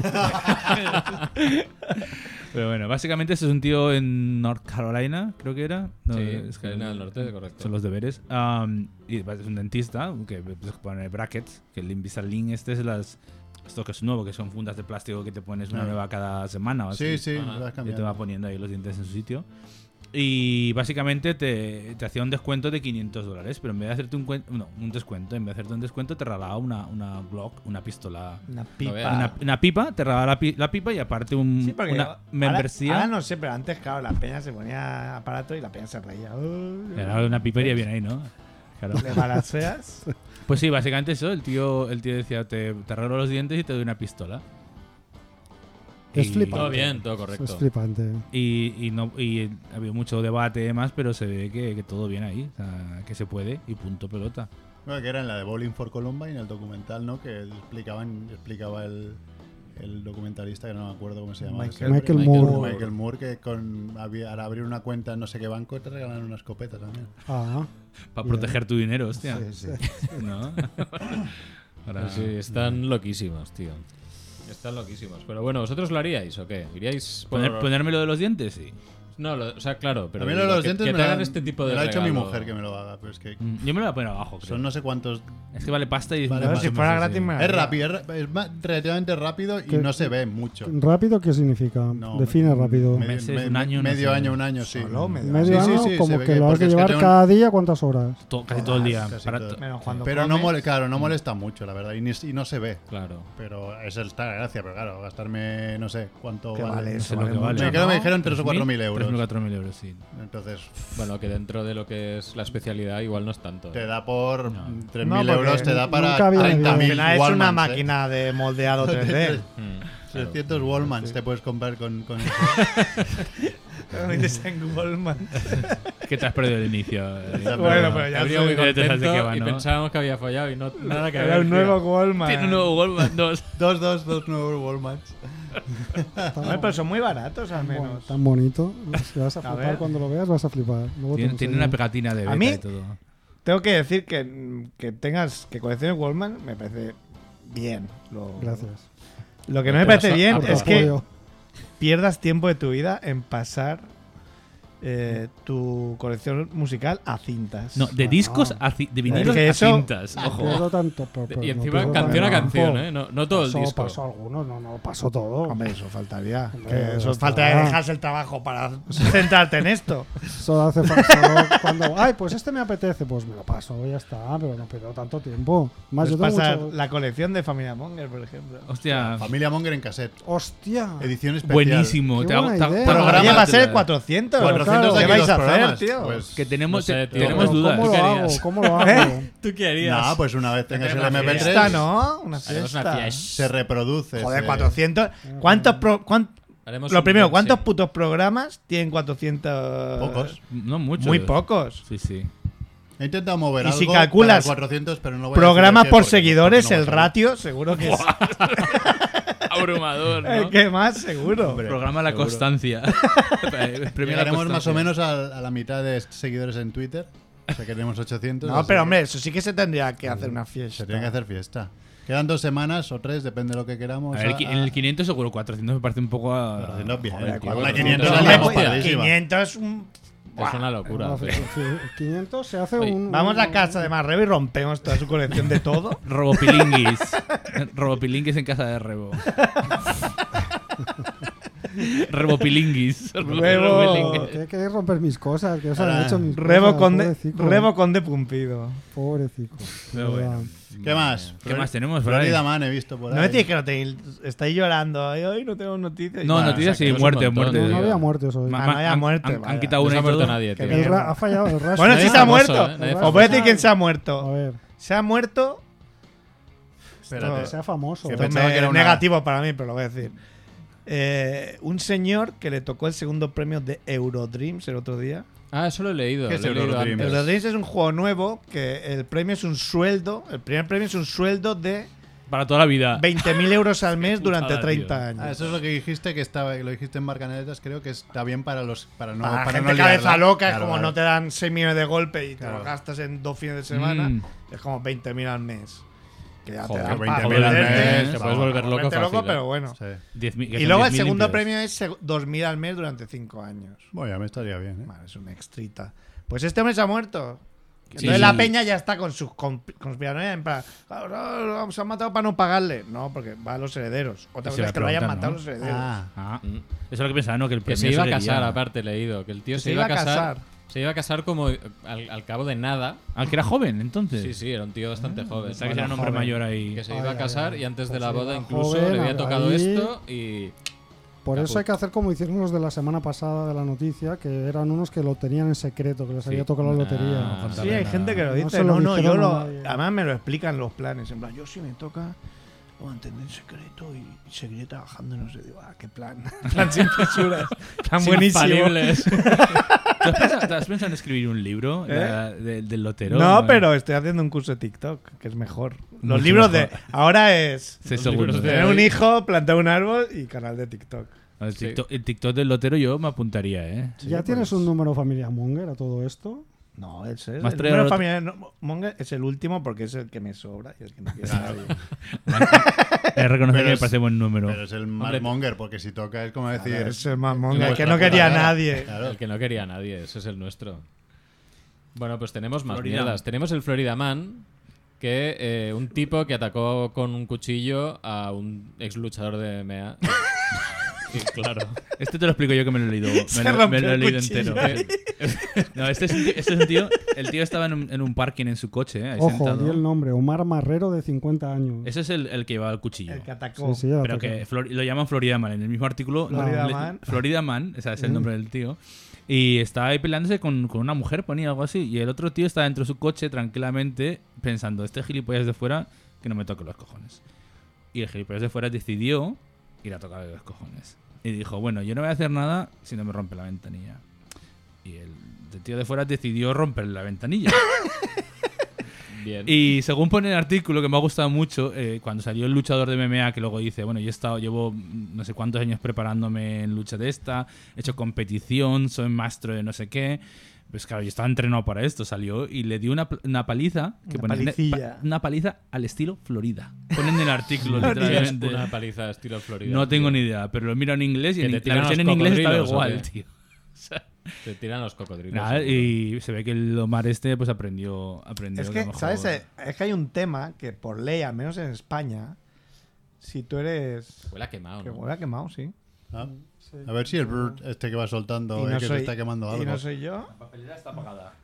Pero bueno, básicamente este es un tío en North Carolina, creo que era. No, Sí, es que Carolina del Norte, correcto. son los deberes. Um, y es un dentista que pues, pone brackets, que el Invisalign este es las... Esto que es nuevo, que son fundas de plástico que te pones una Ah. nueva cada semana o así. Sí, sí, Ajá. lo vas Y te va cambiando. poniendo ahí los dientes en su sitio. Y básicamente te, te hacía un descuento de quinientos dólares, pero en vez de hacerte un, cuen- no, un descuento, en vez de hacerte un descuento, te regalaba una, una Glock, una pistola. Una pipa. veas. Una, una pipa, te regalaba la, pi- la pipa y aparte un, Sí, porque una ahora- membresía. Ahora no sé, pero antes, claro, la peña se ponía aparato y la peña se reía. Uh, Era una pipa y iría bien ahí, ¿no? Claro. Le balanceas. Pues sí, básicamente eso. El tío, el tío decía, te, te arreglo los dientes y te doy una pistola. Es Y- flipante. Todo bien, todo Es correcto. flipante. Y, y no y había mucho debate y demás, pero se ve que, que todo bien ahí, o sea, que se puede y punto pelota. Bueno, que era en la de Bowling for Columbine, el documental, ¿no? Que explicaban, explicaba el, el documentalista, que no me acuerdo cómo se llamaba. Michael- Michael Michael Moore. Moore. Michael Moore, que con, había, al abrir una cuenta en no sé qué banco te regalan una escopeta también. Ah, Para Bien. proteger tu dinero, hostia. Sí, sí. ¿No? Ahora- Sí, están loquísimos, tío. Están loquísimos. Pero bueno, ¿vosotros lo haríais o qué? ¿Iríais por... Poner- ¿Ponérmelo de los dientes? Sí. No, lo- o sea, claro, pero a mí lo de digo, los que, dientes que me te lo hagan ha- este tipo de me lo ha hecho mi regalo. mujer que me lo haga, pero es que Mm, Yo me lo voy a poner abajo, creo. son no sé cuántos. Es que vale pasta y... Vale, Pero vale, si fuera sí, gratis, sí. me la Es haría. rápido, es, ra- es ma- relativamente rápido y ¿Qué? no se ve mucho. ¿rápido qué significa? No, Define rápido. medio- Meses, me- un año, no medio sé. año, un año, sí. Solo medio Medio Sí, sí, año, sí, se como ve que que- lo has porque de es que llevar tengo- cada día, ¿cuántas horas? To- casi todo el día. Casi Para todo. to- Menos cuando Pero no, comes. mole, claro, no molesta mucho, la verdad, y, ni- y no se ve. Claro. Pero esa está la gracia, pero claro, gastarme no sé cuánto Que vale no eso, sé lo vale que vale. mucho, Me, creo que ¿no? me dijeron tres o cuatro mil tres mil, euros. cuatro mil euros, sí. Entonces Bueno, que dentro de lo que es la especialidad igual no es tanto. te ¿eh? da por No. tres No, mil porque euros, te da para nunca viene treinta bien. Al mil final es una Wallmans, ¿eh? máquina de moldeado tres D. Mm, claro. trescientos Wallmans te puedes comprar con, con eso. Lo metes en Goldman. Que te has perdido el inicio. eh. Bueno, pero ya Habría sé. muy Ya te sabes de contento qué va, y ¿no? pensábamos que había follado y no nada que ver. Era un tío. nuevo Goldman. Tiene un nuevo Goldman dos. Dos, dos, dos nuevos Wallmans. Hombre, pero son muy baratos al menos. Tan bonito. Si vas a A flipar ver. cuando lo veas, vas a flipar. Luego te Tiene, tiene una enseño. pegatina de A beta mí- y todo. Tengo que decir que, que tengas que colecciones Goldman me parece bien. Lo, Gracias. Lo que no me Pero parece so- bien a Te es que apoyo. pierdas tiempo de tu vida en pasar eh, tu colección musical a cintas. No, de Bueno. discos a ci- de vinilos Es que a eso- cintas. Ojo. Pierdo tanto, pero- pero Y no encima pierdo canción a tanto canción, tiempo. ¿eh? No, no todo el Pasó- disco. Pasó algunos, no, no, pasó todo. Hombre, eso faltaría. Hombre, Que ya eso está. falta de dejarse el trabajo para centrarte en esto. Solo hace falta solo cuando, ay, pues este me apetece, pues me lo paso, ya está, pero no pierdo tanto tiempo. Más yo Puedes tengo pasar mucho... la colección de Familia Monger, por ejemplo. Hostia, Familia Monger en cassette. Hostia. Edición especial. buenísimo. Qué Te hago- buena te hago- idea. te hago- Programa Programa va a ser te la- cuatrocientos. cuatrocientos de ¿Qué aquí vais los a hacer, programas. tío? Pues, Que tenemos, No sé, te- tío. tenemos Pero dudas. ¿Cómo ¿Tú lo qué hago? harías? ¿Cómo lo hago? ¿Eh? ¿Tú qué harías? nada, pues una vez tengas el Una M P tres, fiesta, ¿no? Una Haremos una fiesta. fiesta. se reproduce. Joder, se- cuatrocientos. ¿Cuántos pro- cuán- Haremos Lo un primero, unboxing. ¿cuántos putos programas tienen cuatrocientos? Pocos. No mucho. Muy pocos. Sí, sí. He intentado mover Y algo si calculas para cuatrocientos, pero no voy a Programas decir el qué por porque- seguidores, porque no el voy a saber. ratio seguro que es Abrumador, el ¿no? que más, seguro. Programa la seguro. constancia. Premia la Llegaremos más constancia. o menos a, a la mitad de seguidores en Twitter. O sea que tenemos ochocientos. No, así pero que hombre, eso sí que se tendría que hacer una fiesta. Se tiene que hacer fiesta. Quedan dos semanas o tres, depende de lo que queramos. A ver, a- en el quinientos seguro, cuatrocientos me parece un poco a... cuatrocientos bien. Joder, Con la cuatrocientos quinientos es la una liamos hostia. pardísima. quinientos, un- Es una locura. No, tío. quinientos se hace Oye, un... Vamos a un- casa de Marrebo y rompemos toda su colección de todo. Robopilinguis. Robopilinguis en casa de Rebo. Rebopilinguis. Rebo- Que queréis romper mis cosas, que os han Ahora, hecho mis Rebo cosas. Conde, Pobrecico. Rebo Conde Pumpido. Pobrecico. Pero de verdad. bueno. ¿Qué más? ¿Qué más tenemos, Florida Brian? Man he visto por ahí. No me dices que no tenéis. Estáis llorando. Ay, hoy no tengo noticias. No, Bueno, noticias sí, saquemos un muerte, montón, muerte. No, no tío. había muertes hoy. Ma- Ah, ma- no había han- muerte, Han, han vaya. quitado No una se ha y muerto todo. nadie, Qué tío. El ra- ha fallado el Rush. Bueno, Nadie sí se ha famoso, muerto. ¿eh? Nadie Os famoso. voy a decir quién se ha A muerto. ver, Se ha muerto. Espérate. que sea famoso. Que Esto pensaba me- que era una- negativo para mí, pero lo voy a decir. Eh, un señor que le tocó el segundo premio de Eurodreams el otro día. Ah, eso lo he leído. ¿Qué es lo he leído Eurodreams? antes. Eurodreams es un juego nuevo que el premio es un sueldo. El primer premio es un sueldo de Para toda la vida. veinte mil euros al mes durante Putada, treinta tío. años. Ah, eso es lo que dijiste que estaba, que lo dijiste en Marcanetas, creo que está bien para los para no Para la para gente no cabeza liarla. loca, es Claro, como claro. no te dan seis millones de golpe y te Claro. lo gastas en dos fines de semana. Mm. Es como veinte mil al mes. Que ya Joder, te dan veinte para mil al volverte- mes, Te puedes vamos, volver loco volverte fácil. loco, ¿eh? pero bueno. Sí. diez mil- que Y son luego el diez mil segundo limpios. premio es seg- dos mil al mes durante cinco años. Bueno, ya me estaría bien, ¿eh? Vale, es un extrita. Pues este hombre se ha muerto. Entonces Sí. la peña ya está con sus consp- conspiranoias en plan, "Ah, no, se han matado para no pagarle". No, porque va a los herederos. Otra Se cosa va es que lo hayan preguntando, matado ¿no? los herederos. Ah, Ah, Mm. eso es lo que pensaba, ¿no? Que el Que premio se iba a sería- casar, aparte, he leído. Que el tío Que se, iba a casar. casar. Se iba a casar como al, al cabo de nada. Ah, que era joven, entonces. Sí, sí, era un tío bastante joven. Pensaba que era un hombre joven. mayor ahí. Que se Ay, iba a ay, casar ay. y antes de Pues la sí, boda era incluso joven, le había tocado ahí- esto y... Por eso Caput. hay que hacer como hicieron los de la semana pasada de la noticia, que eran unos que lo tenían en secreto, que les Sí. había tocado la Ah, lotería. no Sí, contarle hay nada. gente que lo No dice. se No, lo no, yo dijeron lo. a nadie. Además me lo explican los planes. En plan, yo si me toca, lo mantendré en secreto y seguiré trabajando. No sé, digo, ah, qué plan. Plan sin fisuras. Plan buenísimo. Infalibles. ¿Tú has pensado, te has pensado en escribir un libro ¿Eh? la- de- del lotero? No, pero estoy haciendo un curso de TikTok, que es mejor. Los Mucho libros mejor. de. Ahora es. Seis Los libros segundos. de- Tener un hijo, plantar un árbol y canal de TikTok. El Sí. TikTok, el TikTok del lotero yo me apuntaría, ¿eh? ¿Ya tienes pues. un número familiar Monger a todo esto? No, ese es. Más El traer número otro- familiar no, Monger es el último porque es el que me sobra y el que no quiere nadie. Es reconocer Pero que me es- parece buen número. pero es el más Hombre, monger, porque si toca es como decir. Es el más Monger, Claro, que no claro, quería claro. nadie. Claro. El que no quería a nadie, ese es el nuestro. Bueno, pues tenemos más Florida. mierdas. Tenemos el Florida Man, que eh, un tipo que atacó con un cuchillo a un ex luchador de M M A. Y claro. Este te lo explico yo que me lo he leído. Me Se lo, me rompió lo he el leído cuchillo. entero. No, este es, un tío, este es un tío. El tío estaba en un, en un parking en su coche, ¿eh? Ahí Ojo, sentado. di el nombre, Omar Marrero, de cincuenta años. Ese es el, el que llevaba el cuchillo. El que atacó. Sí, sí, ya Pero toca. que Flor- lo llaman Florida Man. En el mismo artículo. Florida le- Man. Florida Man, ese es el nombre del tío. Y estaba ahí peleándose con, con una mujer, ponía algo así. Y el otro tío estaba dentro de su coche tranquilamente pensando: este gilipollas de fuera que no me toque los cojones. Y el gilipollas de fuera decidió ir a tocarle los cojones. Y dijo: bueno, yo no voy a hacer nada si no me rompe la ventanilla. Y el, el tío de fuera decidió romper la ventanilla. Bien. Y según pone el artículo, que me ha gustado mucho, eh, cuando salió el luchador de M M A, que luego dice, bueno, yo he estado, llevo mm, no sé cuántos años preparándome en lucha de esta, he hecho competición, soy maestro de no sé qué. Pues claro, yo estaba entrenado para esto, salió y le dio una, pl- una paliza, que Una pone- palicilla. pa- una paliza al estilo Florida. Ponen en el artículo, ¿Qué es literalmente. una paliza estilo Florida? No tengo tío? ni idea, pero lo miro en inglés y ¿Que en, te la tiran versión los en inglés estaba cocodrilos o igual, qué? tío. Te tiran los cocodrilos. Nada, seguro. y se ve que el Omar este pues aprendió, aprendió Es lo que, mejor. ¿sabes? Eh, Es que hay un tema que por ley, al menos en España, si tú eres. Huele a quemado, Que ¿no? huele a quemado, sí. ¿Ah? A ver si el Brut este que va soltando Y eh, no que soy- se está quemando algo. Y no soy yo. La papelera está apagada.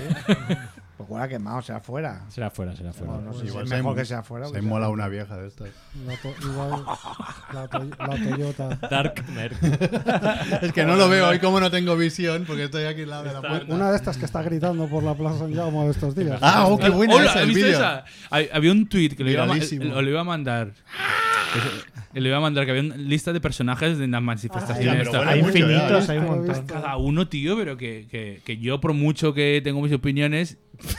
Pues huele a quemado, sea fuera. Será fuera, será fuera. No, no sé si Igual es se mejor ha- que sea fuera. o Se que ha sea inmolado dentro. una vieja de estas. La, to- igual, la, to- la Toyota. Dark Merc. Es que no lo veo hoy como no tengo visión porque estoy aquí al lado de la puerta. Una de estas que está gritando por la Plaza San Jaume de estos días. Ah, oh, qué buena Hola, esa, ¿has el visto vídeo. esa? Hab- Había un tweet que le iba, a, ma- Viralísimo. lo le iba a mandar. Ese- Le iba a mandar que había una lista de personajes de las manifestaciones. pero estas. bueno, Hay mucho, ya, infinitos, ya. hay un Lo he montón. visto. Cada uno, tío, pero que, que, que yo, por mucho que tengo mis opiniones,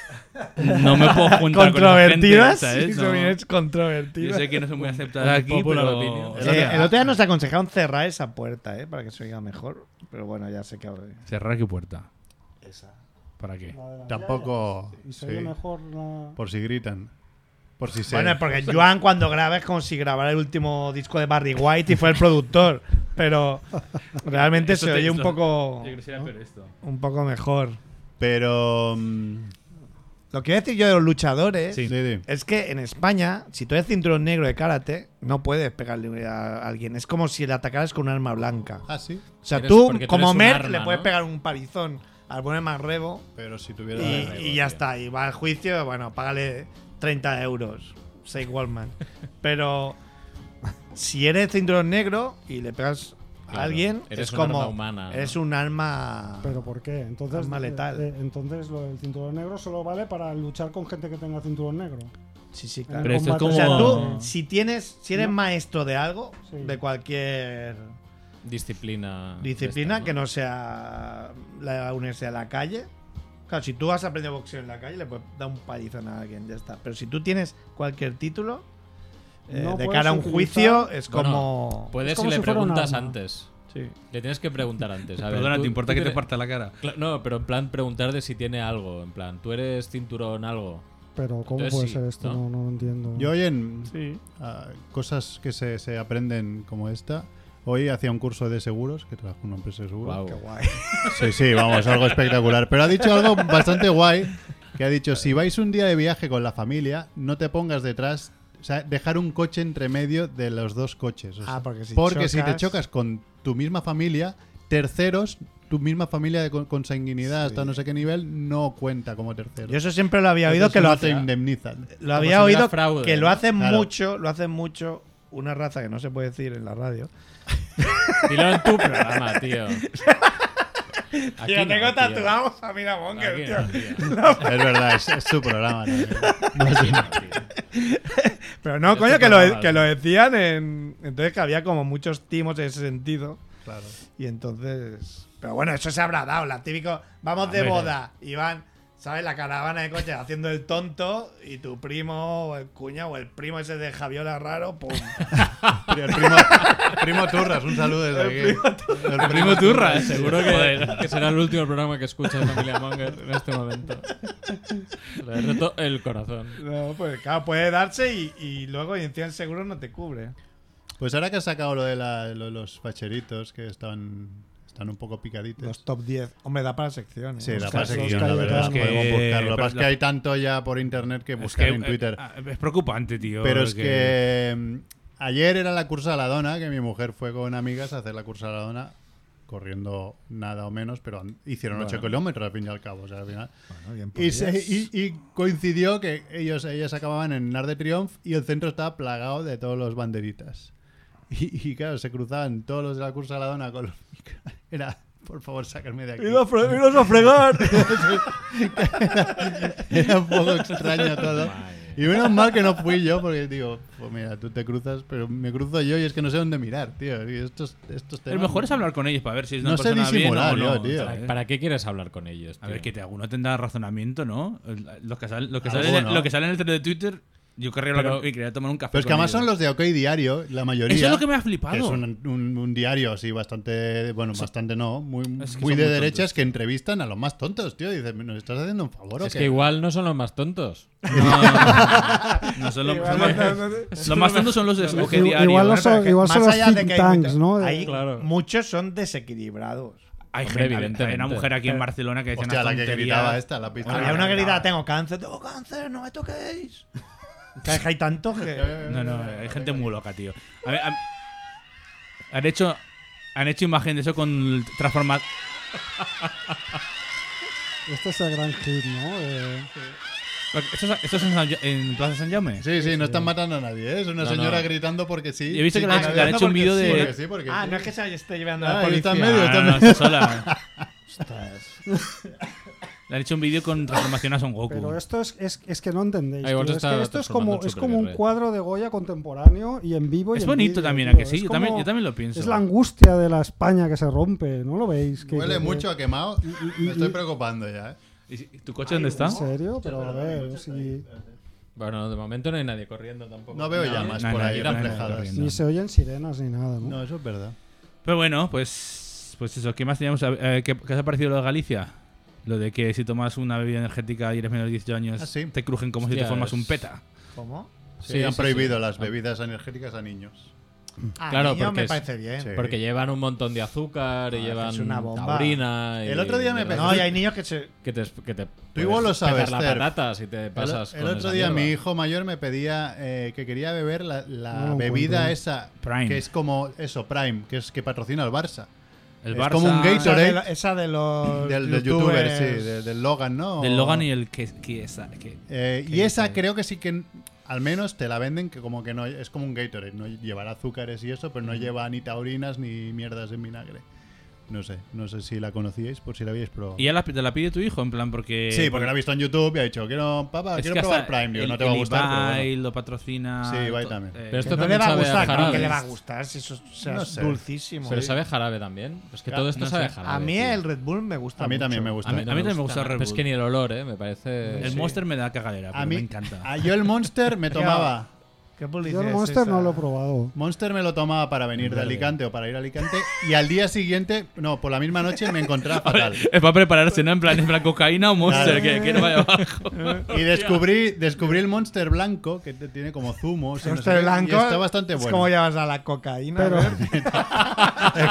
no me puedo juntar con esa gente, Controvertidas. ¿sabes? Sí, No. son bien Yo controvertidas. sé que no son muy aceptadas aquí, Popular pero... opinion. o Eh, sea, el otro día nos aconsejaron cerrar esa puerta, ¿eh? Para que se oiga mejor. Pero bueno, ya sé que abre. ¿Cerrar qué puerta? Esa. ¿Para qué? La de las Tampoco. llaves. Y se sí. oye mejor la... Por si gritan. Por si se. Bueno, es porque Joan cuando graba es como si grabara el último disco de Barry White y fue el productor. Pero realmente Eso se te- oye un esto- poco, Yo creo que sería peor esto. un poco mejor. Pero. mm, Lo que voy a decir yo de los luchadores Sí. sí, sí. es que en España, si tú eres cinturón negro de karate, no puedes pegarle a alguien. Es como si le atacaras con un arma blanca. Ah, sí. O sea, Eres- tú, porque tú como eres un Mer, arma, le puedes ¿no? pegar un palizón al poner más rebo Pero si tuviera. y, rebo, y ya tío. está. Y va al juicio, bueno, págale treinta euros. Say Wallman. Pero si eres cinturón negro y le pegas Claro, a alguien, eres es un como. arma humana, ¿no? Es un arma. ¿Pero por qué? Entonces, Arma letal. eh, eh, entonces lo del cinturón negro solo vale para luchar con gente que tenga cinturón negro. Sí, sí, En claro. Pero esto es combate. O sea, como- tú, si tienes, si eres No. maestro de algo, Sí. de cualquier Disciplina. disciplina esta, que no sea la universidad de la calle. Claro, si tú has aprendido boxeo en la calle, le puedes dar un palizón a alguien, ya está. Pero si tú tienes cualquier título, eh, No de puedes cara a un utilizar- juicio, es Bueno, como. Puedes Es como si le si fuera un preguntas arma. antes. Sí. Le tienes que preguntar antes. A ver, Perdona, tú- ¿te importa tú que te tienes- parta la cara? Cla- No, pero en plan preguntar de si tiene algo. En plan, ¿tú eres cinturón algo? Pero ¿cómo Entonces puede sí, ser esto? ¿no? No, no lo entiendo. Yo hoy en Sí. ah, cosas que se, se aprenden como esta. Hoy hacía un curso de seguros, que trabajo en una empresa de seguros. Guau. Qué guay. Sí, sí, vamos, algo espectacular. Pero ha dicho algo bastante guay. que ha dicho, si vais un día de viaje con la familia, no te pongas detrás, o sea, dejar un coche entre medio de los dos coches. O sea, Ah, porque si porque si te chocas- chocas con tu misma familia, terceros, tu misma familia de con- consanguinidad hasta no sé qué nivel, no cuenta como terceros. Yo eso siempre lo había oído Entonces que lo no te hace. indemnizan. Lo había si fuera oído fraude, que lo ¿no? hacen Claro. mucho, lo hacen mucho una raza que no se puede decir en la radio. Dilo en tu programa, tío. Aquí Tío, no, tengo tío. tatuado a Familia Monger, Aquí tío. no, tío. Es verdad, es, es su programa. también. No sé. Pero no, Este coño, que lo, programa, que sí. lo decían en. Entonces que había como muchos timos en ese sentido. Claro. Y entonces. Pero bueno, eso se habrá dado. La típico. Vamos de Hombre. boda. Y van, ¿sabes? La caravana de coches haciendo el tonto. Y tu primo, o el cuñado, o el primo ese de Javiola raro, pum. El primo, primo Turras, un saludo desde aquí. El Primo Turras. Seguro que, Joder. que será el último programa que escucha de Familia Monger en este momento. Le he roto el corazón. No, pues claro, puede darse y, y luego y encima el seguro no te cubre. Pues ahora que has sacado lo de la- lo- los facheritos que están, están un poco picaditos. Los top diez. Hombre, da para secciones. Sí, la Los para ca- sección, los la verdad es que cayetanos. podemos buscarlo. Lo que Pero pasa es que la- hay tanto ya por internet que Es buscar que en Twitter. eh, es preocupante, tío. Pero es porque- que mm, ayer era la cursa a la dona, que mi mujer fue con amigas a hacer la cursa a la dona, corriendo nada o menos, pero an- hicieron ocho kilómetros al fin y al cabo. O sea, al final. Bueno, bien por Y, se- ellas. y- y coincidió que ellos, ellas acababan en Arc de Triunfo y el centro estaba plagado de todos los banderitas. Y, y claro, se cruzaban todos los de la cursa a la dona con los... Era, por favor, sacarme de aquí. ¡Iros a fregar! Era un poco extraño todo. Y menos mal que no fui yo, porque digo, pues mira, tú te cruzas, pero me cruzo yo y es que no sé dónde mirar, tío. Y estos, estos Lo temas- mejor es hablar con ellos para ver si es una No sé persona bien disimular o no. yo, tío. ¿sabes? ¿Para qué quieres hablar con ellos? A tío? ver, que te, alguno tendrá razonamiento, ¿no? Los que salen, lo que Algo, sale, ¿no? lo que sale en el thread de Twitter, yo querría hablar Pero- con- y quería tomar un café. Pero es que con además ellos. son los de OK Diario, la mayoría. Eso es lo que me ha flipado. Que es un, un- un diario así bastante, bueno, bastante no, muy, Es que muy son de muy derechas tontos. que entrevistan a los más tontos, tío. Y dices, ¿nos estás haciendo un favor o Es qué? que igual no son los más tontos. No, no son los, Igual son no- los- no- no- los más tontos son los de OK Igual- Diario. igual ¿eh? los- son- que igual más los allá de think que hay tanks, mucho- ¿no? hay- Claro. Muchos son desequilibrados. Hay, Hombre, gente, hay evidentemente. una mujer aquí en Barcelona que dice Hostia, una la que tontería. gritaba esta, la pista. Había una que gritaba, tengo cáncer, tengo cáncer, no me toquéis. Que hay tantos que... No, no, hay gente muy loca, tío. A ver, a- han hecho han hecho imagen de eso con transforma. Este es el gran hit, ¿no? Eh, ¿Esto es, esto es en, San Ja- en Plaza San Jaume? Sí, sí, no están matando a nadie, ¿eh? Es una No, señora no. gritando porque sí. Yo he visto Sí, que le han sí, hecho- le han gritando hecho un porque vídeo sí, de- porque sí, porque Ah, sí. no es que se esté llevando a Ah, la ahí policía. está en medio, Ah, está no, en está sola. Ostras. Le han hecho un vídeo con transformación a Son Goku. pero esto es, es, es que no entendéis. Ah, igual tío. se Es está que esto es transformando como, en es como un Super Guerrero. cuadro de Goya contemporáneo y en vivo. y Es en bonito vídeo, también, ¿a tío. que sí? Es Yo también, como- yo también lo pienso. Es la angustia de la España que se rompe, ¿no lo veis? Que, Huele que- mucho a quemado. y- Me estoy y- preocupando ya, ¿eh? ¿Y si- ¿Tu coche dónde está? ¿En serio? Pero a ver, si Bueno, de momento no hay nadie corriendo tampoco. No veo llamas no, por no, ahí yo también no reflejadas. corriendo. ni se oyen sirenas ni nada, ¿no? No, eso es verdad. Pero bueno, pues pues eso. ¿Qué más teníamos? Eh, ¿qué, ¿Qué os ha parecido lo de Galicia? Lo de que si tomas una bebida energética y eres menor de dieciocho años, Ah, sí. te crujen como si Hostia, te formas es- un peta. ¿Cómo? Sí, Sí, han sí, prohibido sí. las bebidas energéticas a niños. Ah, Claro, niño porque me es- parece bien. Sí. Porque llevan un montón de azúcar y Ah, llevan es una bomba. taurina. y El otro día me mierda. No, y hay niños que se... Que te, que te Tú igual lo puedes sabes, pegar las Cerf. patatas y te pasas el, con el otro esa día mierda. mi hijo mayor me pedía eh, que quería beber la, la No lo bebida encuentro. esa Prime. que es como eso, Prime, que es que patrocina al Barça. El Es Barça, como un Esa Gatorade. de, lo- esa de los Del, del youtuber, sí, de- del Logan, ¿no? Del Logan y el que, que esa. Que, Eh, y que esa esa- creo que sí que al menos te la venden que como que no es como un Gatorade, no llevará azúcares y eso, pero no lleva ni taurinas ni mierdas en vinagre. No sé, no sé si la conocíais, por si la habíais probado. ¿Y ya la, te la pide tu hijo? En plan, porque. Sí, porque la ha visto en YouTube y ha dicho, quiero, papá, es quiero que probar hasta Prime. Digo, el- no te va a el gustar, pero Ibai bueno. lo patrocina. Sí, Ibai to- también. eh, Pero esto Que no también le va a sabe a gustar, claro jarabe. que le va a gustar si eso o sea, No es sé. dulcísimo. Pero sabe a jarabe también. Es que Ya, todo esto no sabe a sé. jarabe. A mí tío. el Red Bull me gusta A mí mucho. también me gusta. A mí, a mí también me gusta el Red Pero es Bull. que ni el olor, ¿eh? Me parece. El Sí. Monster me da cagadera, pero A mí, me encanta. a- yo el Monster me tomaba. ¿Qué publicidad Yo el es Monster esa? no lo he probado. Monster me lo tomaba para venir de Alicante o para ir a Alicante y al día siguiente, no, por la misma noche me encontraba fatal. Es para prepararse, ¿no? En plan, en plan cocaína o Monster, Claro. que, que no vaya abajo. Y descubrí, descubrí el Monster blanco, que te- tiene como zumos. y no sé Monster qué, blanco y está bastante es bueno. como llevas a la cocaína. Pero- ¿ver?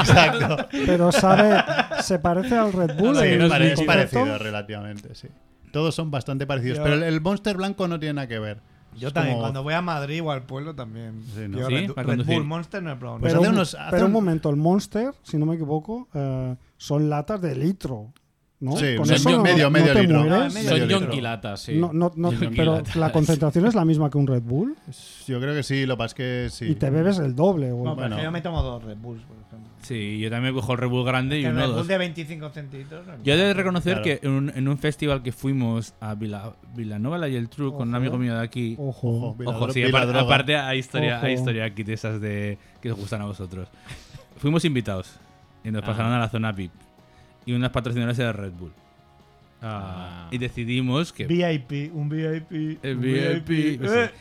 Exacto. Pero sabe, se parece al Red Bull. Sí, el pare- es concepto. parecido relativamente, sí. todos son bastante parecidos. Yo- Pero el, el Monster blanco no tiene nada que ver. Yo Es también, como- cuando voy a Madrid o al pueblo también. Sí, ¿no? Yo ¿Sí? Red, ¿Para Red conducir? Bull Monster no he probado. Pues pero, hace un, unos- hace pero un un- momento, el Monster, si no me equivoco, eh, son latas de litro. ¿no? Sí, Con son eso no, medio- no medio te litro. mueres. No, medio Son litro. yonquilatas, sí. No, no, no, Yonquilatas. pero la concentración es la misma que un Red Bull Yo creo que sí, lo que pasa es que sí. y te bebes el doble. O No, el- pero Bueno. yo me tomo dos Red Bulls, por ejemplo. Sí, yo también cojo el Red Bull grande y El uno Red dos. Bull de veinticinco centilitros. no es Yo he de nada. reconocer Claro. que en un, en un festival que fuimos a Vila, Vilanova y el True con un Ojo. amigo mío de aquí. Ojo. Ojo, Vila- Ojo, sí, Vila aparte, Droga. aparte hay historia, Ojo. hay historia aquí de esas de que os gustan a vosotros. Fuimos invitados y nos Ah. pasaron a la zona V I P y unos patrocinadores era Red Bull. Ah. Y decidimos que V I P, un V I P. el un V I P, no sé. Eh,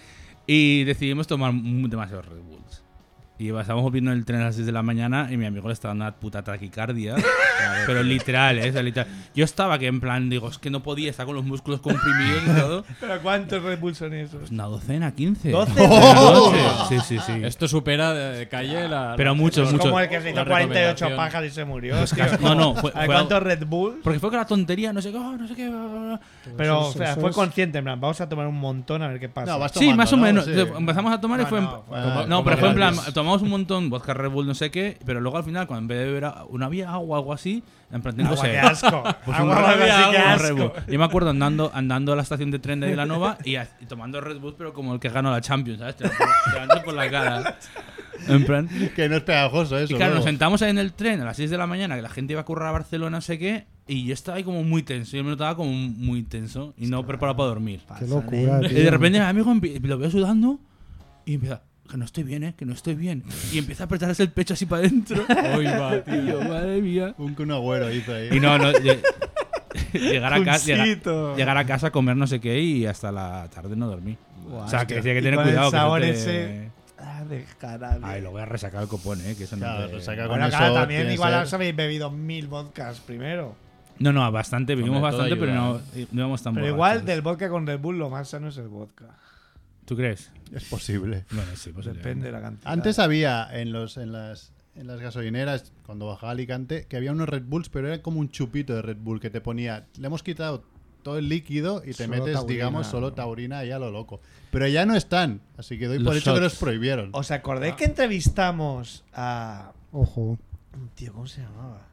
Y decidimos tomar mu- demasiados Red Bulls. Y estábamos viendo el tren a las seis de la mañana y mi amigo le estaba dando una puta taquicardia. Pero literal, ¿eh? O sea, literal. Yo estaba que en plan, digo, es que no podía, estar con los músculos comprimidos y todo. ¿Pero cuántos Red Bulls son esos? Pues una docena, quince. ¿doce? Doce. Sí, sí, sí. Esto supera de calle la. Pero la- mucho, la- Es mucho. como el que se hizo la cuarenta y ocho recomendación. pajas y se murió. Pues tío. casi- no, no, fue- A ver, fue- ¿cuántos Red Bulls? Porque fue con la tontería, no sé qué, oh, no sé qué. bla, bla, bla. Pero Eso o es- sea, eso fue es- consciente, en plan, vamos a tomar un montón a ver qué pasa. No, vas Sí, tomando, más o ¿no? menos. Sí. Empezamos a tomar y No, fue. en- no, fue- Ah, No, como pero fue en plan, gratis. tomamos un montón, vodka Red Bull, no sé qué, pero luego al final, cuando en vez de beber a- una había agua o algo así, en plan, tengo Agua, sed. qué asco. Pues un Agua, Red- así, qué un Red asco. Bull. Yo me acuerdo andando, andando a la estación de tren de Vilanova y, a- y tomando Red Bull, pero como el que ganó la Champions, ¿sabes? Te tirando por la cara. En plan. Que no es pegajoso eso. Y claro, nos luego. sentamos ahí en el tren a las seis de la mañana, que la gente iba a currar a Barcelona, no sé qué, y yo estaba ahí como muy tenso. Yo me notaba como muy tenso y no preparado para dormir. Qué locura, Y tío. de repente mi amigo empie- lo veo sudando y empieza, que no estoy bien, eh, que no estoy bien. Y empieza a apretarse el pecho así para adentro. Uy, va, tío, madre mía. Un Kun Agüero hizo ahí. Y no, no, lle- llegar, a casa, llegar, Cunsito. llegar a casa, comer no sé qué y hasta la tarde no dormí. Buah, O sea, que hostia. decía que Y tener con el cuidado. que no sabor te- ese. Ah, descarable. Ay, lo voy a resacar el copón, eh, que eso no Claro, te- resaca con Bueno, eso. claro, también tiene igual ser- os habéis bebido mil vodkas primero. No, no, bastante, vivimos Hombre, todo bastante, pero no, ayuda, no íbamos tan Pero borrachos. igual del vodka con Red Bull lo más sano es el vodka. ¿Tú crees? Es posible. Bueno, sí, pues Depende de la cantidad. Antes había en los en las en las gasolineras, cuando bajaba a Alicante, que había unos Red Bulls, pero era como un chupito de Red Bull que te ponía. Le hemos quitado todo el líquido y te Solo metes, taurina, digamos, solo ¿no? taurina ahí a lo loco. Pero ya no están, así que doy por Los hecho que shots. los prohibieron. ¿Os acordáis que entrevistamos a Ojo. un tío, ¿cómo se llamaba?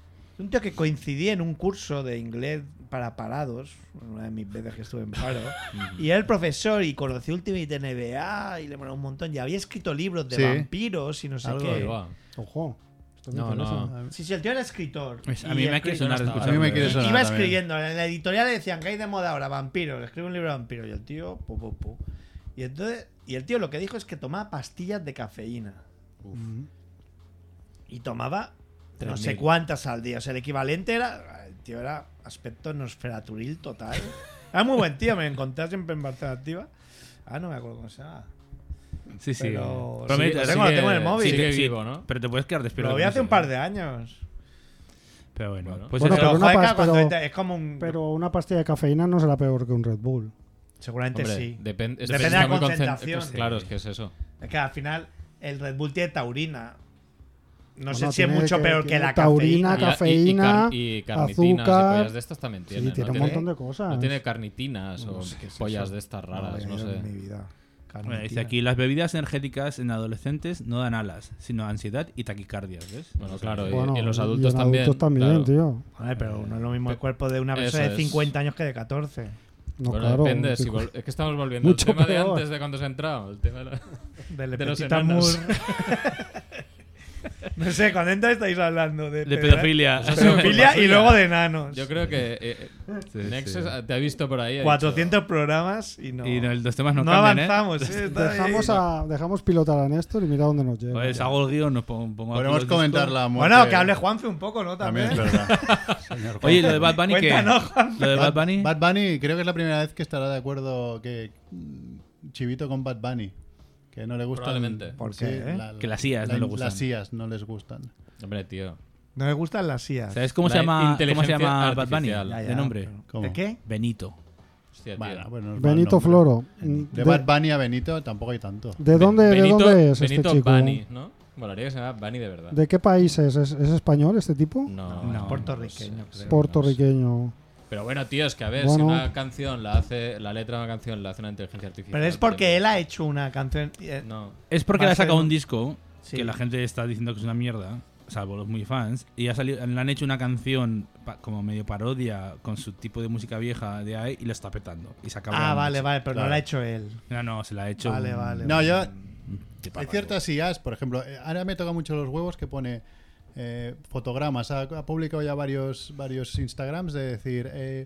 Un tío que coincidía en un curso de inglés para parados, una de mis veces que estuve en paro, y era el profesor y conoció Ultimate N B A y le molaba un montón. Y había escrito libros de Sí. vampiros y no sé Algo qué. Ahí va. Ojo. Esto me No, interesa. no. Sí, sí, el tío era escritor. Pues a Y mí me escri- quiere sonar A mí escucharlo, me quiere eh. sonar. Iba también. escribiendo, en la editorial le decían que hay de moda ahora vampiros, escribe un libro de vampiros. Y el tío, pu, pu, pu. Y entonces, y el tío lo que dijo es que tomaba pastillas de cafeína. Mm. Y tomaba no Tres sé mil. cuántas al día. O sea, el equivalente era. El tío era aspecto nosferaturil total. Era muy buen tío, me encontré siempre en Barcelona Activa. Ah, no me acuerdo cómo se llama. Sí, sí. Pero- Promete- Sí, sí, tengo- lo tengo en el móvil. sí, Sigue sí, vivo, ¿no? Pero te puedes quedar despierto. Lo vi con hace eso, un par eh. de años. Pero bueno, Bueno. pues Bueno, eso. pero una joder, pas- claro, cuando pero- te- es como un. Pero una pastilla de cafeína no será peor que un Red Bull. Seguramente Hombre, sí. depende, es Depende que de está la muy concent- concentración. pues claro, es que es eso. Es que al final el Red Bull tiene taurina. No, No, sé no, si es tiene mucho que- peor que tiene la taurina, cafeína. cafeína, y, y, car- y carnitinas y azúcar. pollas de estas también Sí, tiene. tiene ¿no? un montón de cosas. No tiene carnitinas No o sé qué es pollas eso. de estas raras, no, yo sé. en mi vida. Bueno, dice Carnitina. aquí, las bebidas energéticas en adolescentes no dan alas, sino ansiedad y taquicardias, ¿ves? Bueno, claro, y- Bueno, y, los y adultos en también. adultos también, claro. tío. Joder, pero no es lo mismo el cuerpo de una Eso persona de es. cincuenta años que de catorce. No, Bueno, claro. depende. sí, si vol- es que estamos volviendo Mucho al tema de peor. antes de cuando se ha entrado. El tema de la- De, De los Petit enanos. Amour. No sé, ¿cuándo estáis hablando? De, De pedra- pedofilia. Pues ha sido pedofilia culpa y suya. luego de enanos. Yo creo que eh, eh, Sí, Nexus sí. te ha visto por ahí. ha cuatrocientos programas y no. Y no, los temas no, no cambian, ¿eh? avanzamos. ¿eh? Está ahí. Dejamos, a, dejamos pilotar a Néstor y mira dónde nos lleva. Pues hago el guión, nos pongo, pongo aquí Podemos los comentar discos. la muerte. Bueno, que hable Juanfe un poco, ¿no? También También. es verdad. Señor Oye, Juanfe. lo de Bad Bunny, ¿qué? Cuéntanos, Juanfe. Lo de Bad Bunny. Bad Bunny creo que es la primera vez que estará de acuerdo que mm, Chivito con Bad Bunny. Que no le gustan. Probablemente. ¿Por sí, qué, eh? la- Que las I As no le gustan. Las I As no les gustan. Hombre, tío. No me gustan las I As. ¿Sabes cómo La se llama, cómo se inteligencia llama Bad Bunny? artificial. Ya, ya, De nombre. pero- ¿Cómo? ¿De qué? Benito. Hostia, tío. Bueno, bueno, es mal Benito nombre. Floro. De ¿De, Bad Bunny a Benito tampoco hay tanto. de dónde, ¿de Benito, dónde es Benito este chico? Bunny, ¿no? Molaría que se llama Bunny de verdad. ¿De qué país es? ¿Es, es español este tipo? No, No, puertorriqueño, no sé, creo. Puertorriqueño. Pero bueno, tío, es que a ver, Bueno. si una canción la hace, la letra de una canción la hace una inteligencia artificial. Pero es porque él ha hecho una canción. eh, No. Es porque Va le a ha sacado ser- un disco Sí. que la gente está diciendo que es una mierda, salvo los muy fans, y ha salido, le han hecho una canción pa- como medio parodia con su tipo de música vieja de ahí y lo está petando. Y se acaba Ah, la vale, noche. vale, pero Claro. no lo ha hecho él. No, no, se la ha hecho. Vale, un- vale. No, yo. un tipo Hay raro. ciertas I As, por ejemplo, eh, ahora me toca mucho los huevos que pone eh, fotogramas. Ha, ha publicado ya varios, varios Instagrams de decir. eh,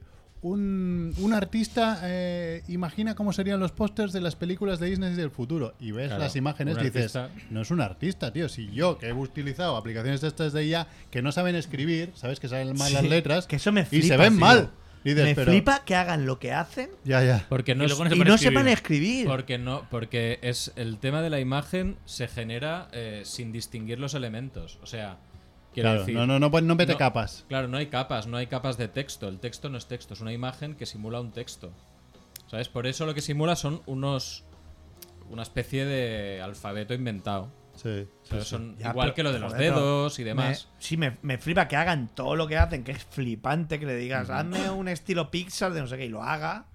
un, un artista eh, imagina cómo serían los pósters de las películas de Disney del futuro y ves Claro, las imágenes un y dices, artista- no es un artista, tío. Si yo, que he utilizado aplicaciones de estas de I A que no saben escribir, sabes que salen mal las Sí, letras que eso me y flipa, se ven tío. mal. Y dices, Me pero- flipa que hagan lo que hacen Ya, ya. Porque no Y es- luego no y sepan no escribir. sepan escribir. Porque no, porque es el tema de la imagen se genera eh, sin distinguir los elementos. O sea, quiero Claro, decir. no, no, no, no mete no- capas. Claro, no hay capas, no hay capas de texto. El texto no es texto, es una imagen que simula un texto. ¿Sabes? Por eso lo que simula son unos. Una especie de alfabeto inventado. Sí. ¿Sabes? Son Ya, igual pero, que lo de los joder, pero dedos y demás. Me- sí, me, me flipa que hagan todo lo que hacen, que es flipante que le digas, hazme un estilo Pixar de no sé qué, y lo haga,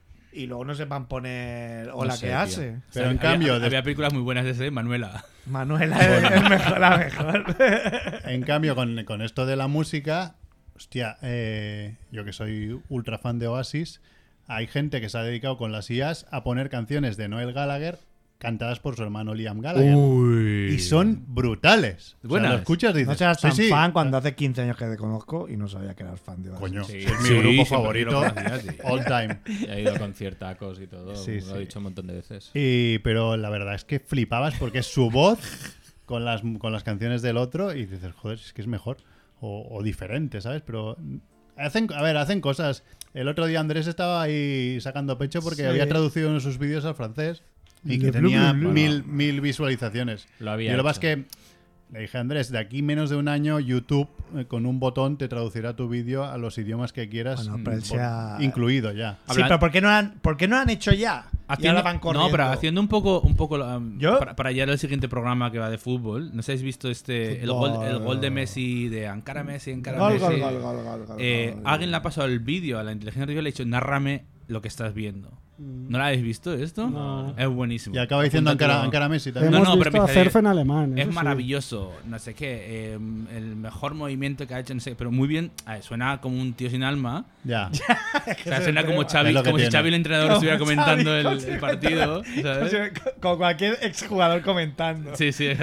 y luego no sepan poner o No la sé, que tío. hace. Pero en Había- cambio, había, des- películas muy buenas de ese, Manuela. Manuela es, es mejor, la mejor. En cambio, con, con esto de la música, hostia, eh, yo que soy ultra fan de Oasis, hay gente que se ha dedicado con las I As a poner canciones de Noel Gallagher cantadas por su hermano Liam Gallagher. Uy. Y son brutales. O sea, Buenas. lo escuchas y dices, No seas sí, tan sí. fan cuando hace quince años que te conozco y no sabía que eras fan de Oasis. Coño, Sí, es mi sí, grupo siempre favorito lo conocía, sí. all time. Y ha ido a conciertacos y todo. Sí, lo sí. he dicho un montón de veces. Y, pero la verdad es que flipabas porque es su voz con las, con las canciones del otro y dices, joder, es que es mejor o, o diferente, ¿sabes? Pero hacen, a ver, hacen cosas. El otro día Andrés estaba ahí sacando pecho porque Sí. había traducido uno de sus vídeos al francés y que Le tenía blu, blu, blu. mil, mil visualizaciones. Lo había y lo que pasa hecho. es que le dije a Andrés, de aquí menos de un año YouTube eh, con un botón te traducirá tu vídeo a los idiomas que quieras, Bueno, pero él mm, se ha- incluido ya. Sí, pero ¿por qué no han, ¿por qué no han hecho ya? Y Haciendo, ahora van corriendo. no, pero haciendo un poco, un poco um, ¿Yo? para, para llegar al siguiente programa que va de fútbol. ¿No sé si habéis visto este el Fútbol. gol, el gol de Messi de Ankara Messi, Ankara Gol, Messi? gol, gol, gol, gol, gol, Eh, gol. alguien le ha pasado el vídeo a la inteligencia artificial y le ha dicho, nárrame lo que estás viendo. ¿No lo habéis visto esto? No. Es buenísimo. Y acaba diciendo Ankara, Apúntatelo. Ankara Messi también. Hemos no, pero visto me dice, a surf en alemán. Es eso sí. maravilloso, no sé qué, eh, el mejor movimiento que ha hecho, no sé, pero muy bien, a ver, suena como un tío sin alma. Ya. O sea, suena como Xavi, Es lo que como si tiene. Xavi el entrenador Como estuviera Xavi, comentando el, como si el partido, ¿sabes? Con cualquier exjugador comentando. Sí, sí.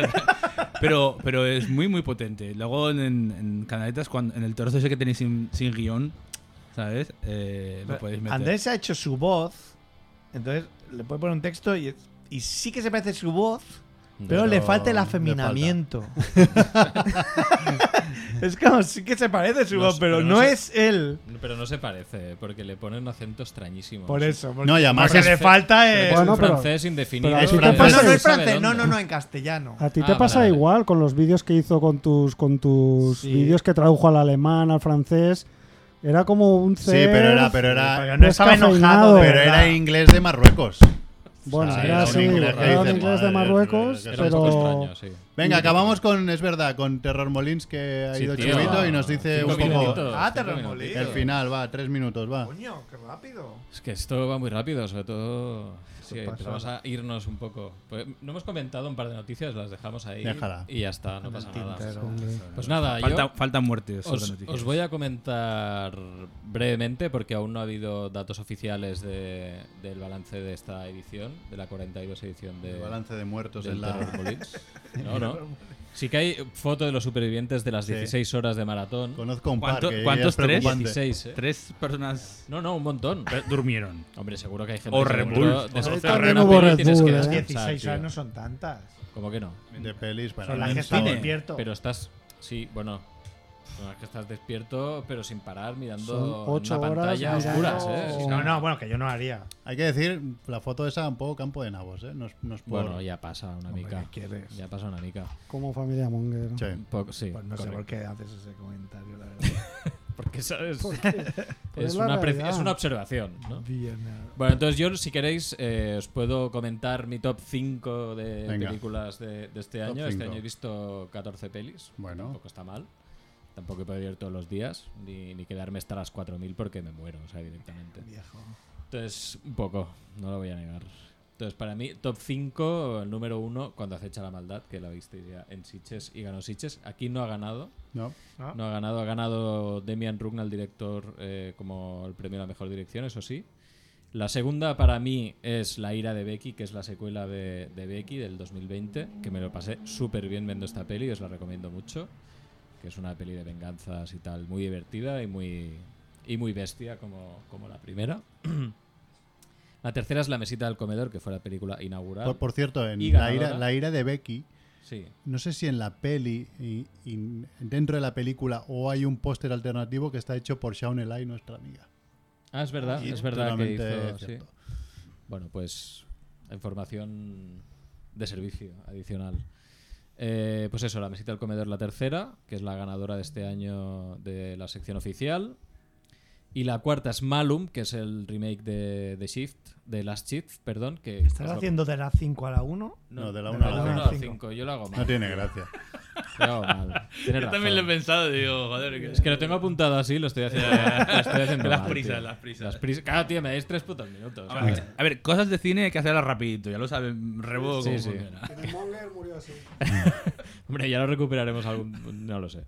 pero, pero es muy, muy potente. Luego en, en Canaletas, cuando, en el trozo ese que tenéis sin, sin guión, ¿sabes? Eh, lo podéis meter. Andrés ha hecho su voz, entonces le puede poner un texto y, y sí que se parece su voz, pero, Pero le falta el le afeminamiento. Es como sí que se parece su No voz, sé, pero, pero no, no sé. es él. Pero no se parece, porque le pone un acento extrañísimo. Por eso. Porque, No, y además porque es le fe- falta Pero es. es Bueno, un pero- francés indefinido. pero a Es ti te francés. No, pasa- no, no es sabe francés, no, dónde. no, no, en castellano. A ti Ah, te vale, pasa vale. igual con los vídeos que hizo con tus con tus Sí. vídeos que tradujo al alemán, al francés. Era como un Sí, pero era, pero Pero era, no estaba descafeinado. enojado. de pero verdad. era inglés de Marruecos. Bueno, Sí, era era un así, inglés que era un dices, inglés de madre, Marruecos, es que Era un poco pero extraño, sí. Venga, acabamos con, es verdad, con Terror Molins que ha Sí, ido tío. chubito y nos dice Cinco un poco minutitos, Ah, cinco Terremolino. minutitos. el final, va, tres minutos, va. Coño, qué rápido. Es que esto va muy rápido, sobre todo si pasa. empezamos a irnos un poco. Pues, no hemos comentado un par de noticias, las dejamos ahí Déjala. y ya está, no En el pasa nada. tintero. Pues nada, Falta, yo faltan muertes. sobre os, noticias. os voy a comentar brevemente, porque aún no ha habido datos oficiales de- del balance de esta edición, de la cuarenta y dos edición de, El balance de muertos del en la... Terror Molins. No, no. Sí que hay foto de los supervivientes de las Sí. dieciséis horas de maratón. Conozco un par ¿Cuánto- que ya cuántos es tres? preocupante. dieciséis, ¿eh? Tres personas No, no, un montón. eh, durmieron. Hombre, seguro que hay gente O que se Red murió Bull. de O esos sea, cerros también de hubo peli, Red tienes que Bull, ¿eh? descansar, dieciséis tío. horas no son tantas. ¿Cómo que no? De pelis, para Son las mí que está están cine. despierto. Pero estás. Sí, bueno. Son las que estás despierto, pero sin parar, mirando Son ocho una horas pantalla a mirando- oscuras, ¿eh? No, no, bueno, que yo no haría. Hay que decir, la foto esa un poco campo de nabos, ¿eh? No es, no es por... Bueno, ya pasa una Hombre, mica. ¿qué quieres? Ya pasa una mica. como familia Monger. Sí. Un poco, sí. Pues no sé correcto. por qué haces ese comentario, la verdad. Porque sabes. Pues es, es la una preci- realidad. es una observación, ¿no? Bien. Bueno, entonces yo, si queréis, eh, os puedo comentar mi top cinco de Venga. películas de, de este Top año. Este cinco. año he visto catorce pelis. Bueno. Tampoco está mal. Tampoco he podido ir todos los días, ni, ni quedarme hasta las cuatro mil porque me muero, o sea, directamente. Viejo. Entonces, un poco, no lo voy a negar. Entonces, para mí, top cinco, el número uno, Cuando acecha la maldad, que la visteis ya en Sitges y ganó Sitges. Aquí no ha ganado. No. ¿No? No ha ganado. Ha ganado Demian Rugna, el director, eh, como el premio a la mejor dirección, eso sí. La segunda, para mí, es La ira de Becky, que es la secuela de, de Becky del dos mil veinte, que me lo pasé súper bien viendo esta peli, os la recomiendo mucho. Que es una peli de venganzas y tal, muy divertida y muy, y muy bestia, como, como la primera. La tercera es La mesita del comedor, que fue la película inaugural. Por, por cierto, en Y la ira, ganadora. la ira de Becky, Sí. no sé si en la peli y, y dentro de la película o hay un póster alternativo que está hecho por Shaun Elai, nuestra amiga. Ah, es verdad, Y es verdad que totalmente hizo... sí. cierto. Bueno, pues información de servicio adicional. Eh, pues eso, La mesita del comedor, la tercera, que es la ganadora de este año de la sección oficial. Y la cuarta es Malum, que es el remake de, de Shift, de Last Shift, perdón. Que ¿Estás os lo- haciendo de la cinco a la uno? No, de la de una a la la uno cinco. a la cinco. Yo lo hago mal. No tiene gracia. Lo hago mal. Tienes Yo también lo he razón. pensado, digo, joder. Que... Es que lo tengo apuntado así, lo estoy haciendo, lo estoy haciendo Las mal, prisas, tío. las prisas. Las prisas. Claro, tío, me dais tres putos minutos. A ver, ¿sabes? a ver, cosas de cine hay que hacerlas rapidito, ya lo saben, Rebo Sí, cómo sí. funciona. Monger murió así. Hombre, ya lo recuperaremos algún... No lo sé.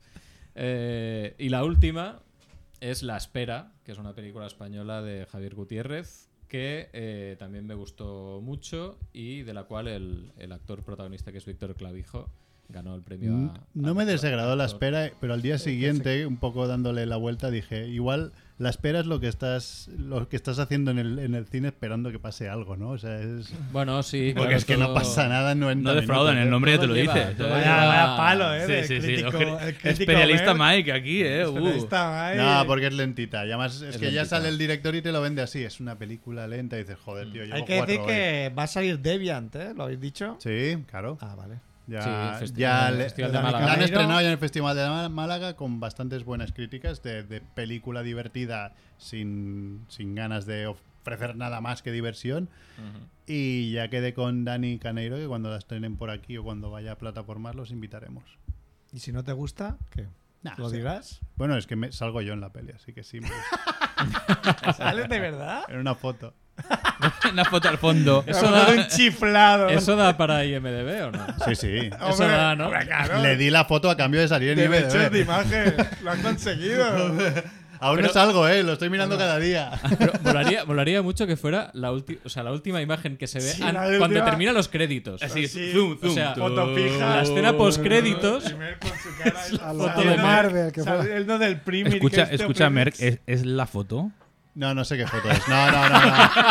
Eh, y la última es La espera, que es una película española de Javier Gutiérrez, que eh, también me gustó mucho y de la cual el, el actor protagonista, que es Víctor Clavijo, ganó el premio a... Mm, No a me mejor desagradó la actor. espera, pero al día siguiente, un poco dándole la vuelta, dije, igual la espera es lo que estás lo que estás haciendo en el, en el cine esperando que pase algo, ¿no? O sea, es... Bueno, sí, Porque claro, es que no todo- pasa nada en noventa No defraudan, minutos, el ¿eh? nombre ya te lo Todo lleva, dice. todo ¿sabes? lleva- Vaya, vaya palo, ¿eh? Sí, del sí, sí. crítico- Los cri- el crítico Especialista Mer. Mike aquí, eh. Uh. Especialista Mike. No, porque es lentita. Y además es, Es que ya lentita. sale el director y te lo vende así. Es una película lenta y dices, joder, tío, llevo Hay que cuatro decir hoy. que va a salir Deviant, ¿eh? ¿Lo habéis dicho? Sí, claro. Ah, vale. Ya, Sí, el festi- ya el le, Festival de la- Málaga. la han Janeiro. estrenado ya en el Festival de Má- Málaga con bastantes buenas críticas de, de película divertida sin, sin ganas de ofrecer nada más que diversión. Ujú. Y ya quedé con Dani Caneiro que cuando la estrenen por aquí o cuando vaya a plataformas los invitaremos. ¿Y si no te gusta? ¿Qué? Nah, ¿Lo sí. dirás? Bueno, es que me, salgo yo en la peli, así que sí. me gusta. ¿Sales de verdad? En una foto. Una foto al fondo. Eso da da- un chiflado. ¿Eso da para I M D B o no? Sí, sí. Eso da, ¿no? hombre, claro. Le di la foto a cambio de salir en Derechos de I M D B. imagen. Lo has conseguido. Aún no salgo, eh. Lo estoy mirando cada día. Pero molaría, molaría mucho que fuera la, ulti- o sea, la última imagen que se ve Sí, an- la cuando última- terminan los créditos. Así, Sí. zoom, zoom. O sea, Foto fija. La escena post-créditos. Primer con su cara y A Foto lo de de Marvel, que fue. Saliendo del Premier. Escucha, que este escucha Premier Merck, ¿es, ¿es la foto? No, no sé qué foto es. No, no, no.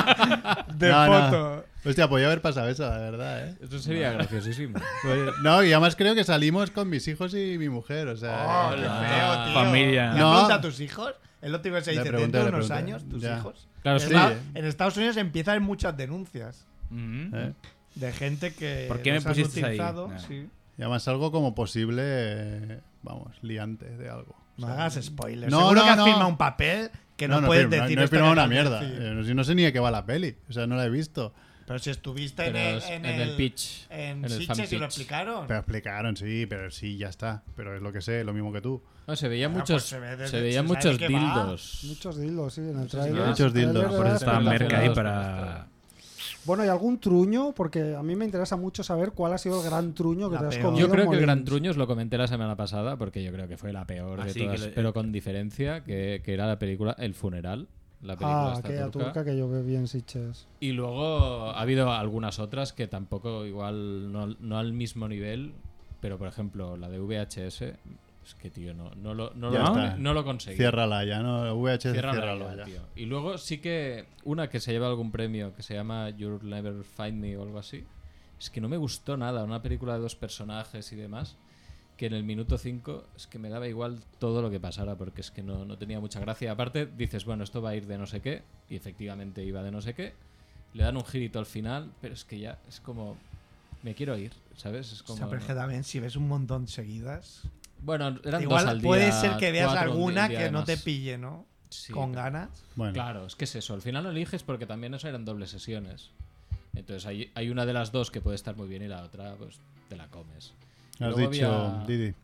no. De No, no. foto. Hostia, podía haber pasado eso, la verdad, eh. Eso sería graciosísimo. Pues- no, y además creo que salimos con mis hijos y mi mujer, o sea. Oh, qué Hola. feo, tío. Familia. ¿Le No. pregunta a tus hijos? Es lo típico que se Le dice pregunté, dentro de le unos pregunté. años, tus Ya. hijos. Claro, en, sí. Esta- en Estados Unidos empiezan muchas denuncias Mm. ¿eh? de gente que ¿Por qué me los han pusiste ahí? utilizado. Nah. Sí. Y además algo como posible, eh, vamos, liante de algo. No hagas spoilers. No, Seguro no, que has no. firmado un papel que no, no, puedes firmo, no- decir. no he esto firmado que una acabas de mierda. decir. Eh, no, si no sé ni de qué va la peli. O sea, no la he visto. Pero si estuviste Pero en el, es- en en el el pitch, En, en el Sitges fan y lo pitch. explicaron. Pero explicaron, sí, pero sí, ya está. Pero es lo que sé, lo mismo que tú. No, se veían Ah, muchos, pues se ve desde- se veían se sabe muchos de qué va. dildos. Muchos dildos, sí, en el Muchos trailer. dildos. Muchos dildos, Trailer por era eso Estaba Merck ahí espectacular. para... Bueno, ¿y algún truño? Porque a mí me interesa mucho saber cuál ha sido el gran truño que La te has peor. comido. Yo creo que el Molins. gran truño os lo comenté la semana pasada, porque yo creo que fue la peor de Así todas, que le- pero con diferencia, que, que era la película El funeral, la película Ah, esta aquella turca. turca que yo vi en Sitges. Y luego ha habido algunas otras que tampoco igual no, no al mismo nivel, pero por ejemplo la de V H S, es que tío, no, no, lo, no, Ya lo, está. no lo conseguí. Ciérrala ya, ¿no? V H S, Ciérrala ciérralo ya, ya. tío. Y luego sí que una que se lleva algún premio que se llama You'll Never Find Me o algo así. Es que no me gustó nada, una película de dos personajes y demás, que en el minuto cinco es que me daba igual todo lo que pasara porque es que no, no tenía mucha gracia. Aparte dices, bueno, esto va a ir de no sé qué, y efectivamente iba de no sé qué. Le dan un girito al final, pero es que ya es como... Me quiero ir, ¿sabes? Es O como... sea, pero es que también si ves un montón seguidas. Bueno, eran Igual dos al día. puede ser que veas cuatro un alguna día que de no te más. pille, ¿no? Sí, Con pero- ganas. Bueno, Claro, es que es eso. Al final lo eliges porque también eso eran dobles sesiones. Entonces hay, hay una de las dos que puede estar muy bien y la otra, pues te la comes. Y has luego dicho había- Didi, claro.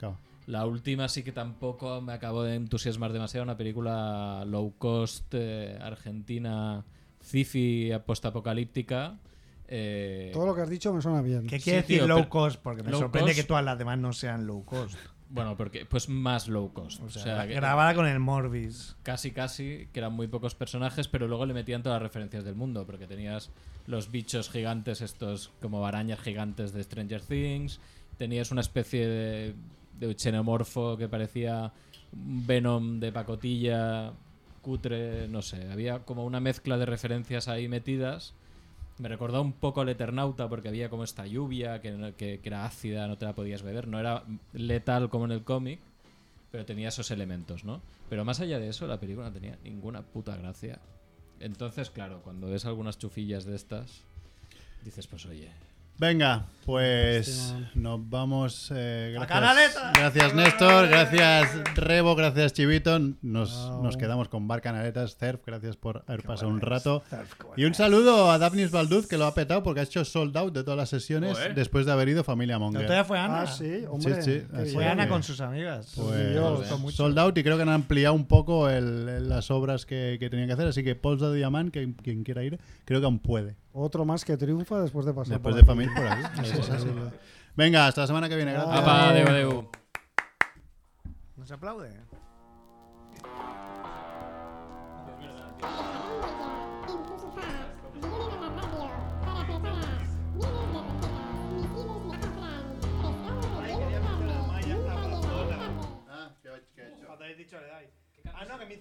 La última sí que tampoco me acabo de entusiasmar demasiado. Una película low cost eh, argentina, sci-fi postapocalíptica. Eh, Todo lo que has dicho me suena bien. ¿Qué quiere Sí, decir tío, low pero- cost? Porque me low sorprende cost- que todas las demás no sean low cost. Bueno, porque pues más low cost. O O sea, sea, que- grabada con el Morbis. casi casi, que eran muy pocos personajes, pero luego le metían todas las referencias del mundo, porque tenías los bichos gigantes, estos como arañas gigantes de Stranger Things, tenías una especie de, de xenomorfo que parecía un Venom de pacotilla, cutre, no sé, había como una mezcla de referencias ahí metidas. Me recordó un poco al Eternauta porque había como esta lluvia que, que, que era ácida, no te la podías beber, no era letal como en el cómic, pero tenía esos elementos, ¿no? Pero más allá de eso, la película no tenía ninguna puta gracia. Entonces, claro, cuando ves algunas chufillas de estas, dices, pues oye... Venga, pues Hostia. nos vamos. Eh, ¡A gracias, Canaleta! gracias Néstor, gracias Rebo, gracias Chivito. Nos, Chao. nos quedamos con Bar Canaletas. Cerf, gracias por haber pasado un buena rato. es, Cerf, qué buena Y un es. saludo a Daphnis Balduz, que lo ha petado porque ha hecho sold out de todas las sesiones Joder. después de haber ido Familia La Monger. otra fue Ana. Ah, sí, hombre. Sí, sí, qué así Fue bien. Ana que- con sus amigas. Pues, Dios. Me gustó mucho. sold out y creo que han ampliado un poco el- el- las obras que, que tenían que hacer. Así que Pols de Diamant, que quien quiera ir, creo que aún puede. Otro más que triunfa después de pasar Después por de aquí. Familia por aquí. Eso es así. Venga, hasta la semana que viene. Gracias. Apa, adeu, adeu. ¿No se aplaude? Cuando habéis dicho le dais. Ah, no, que me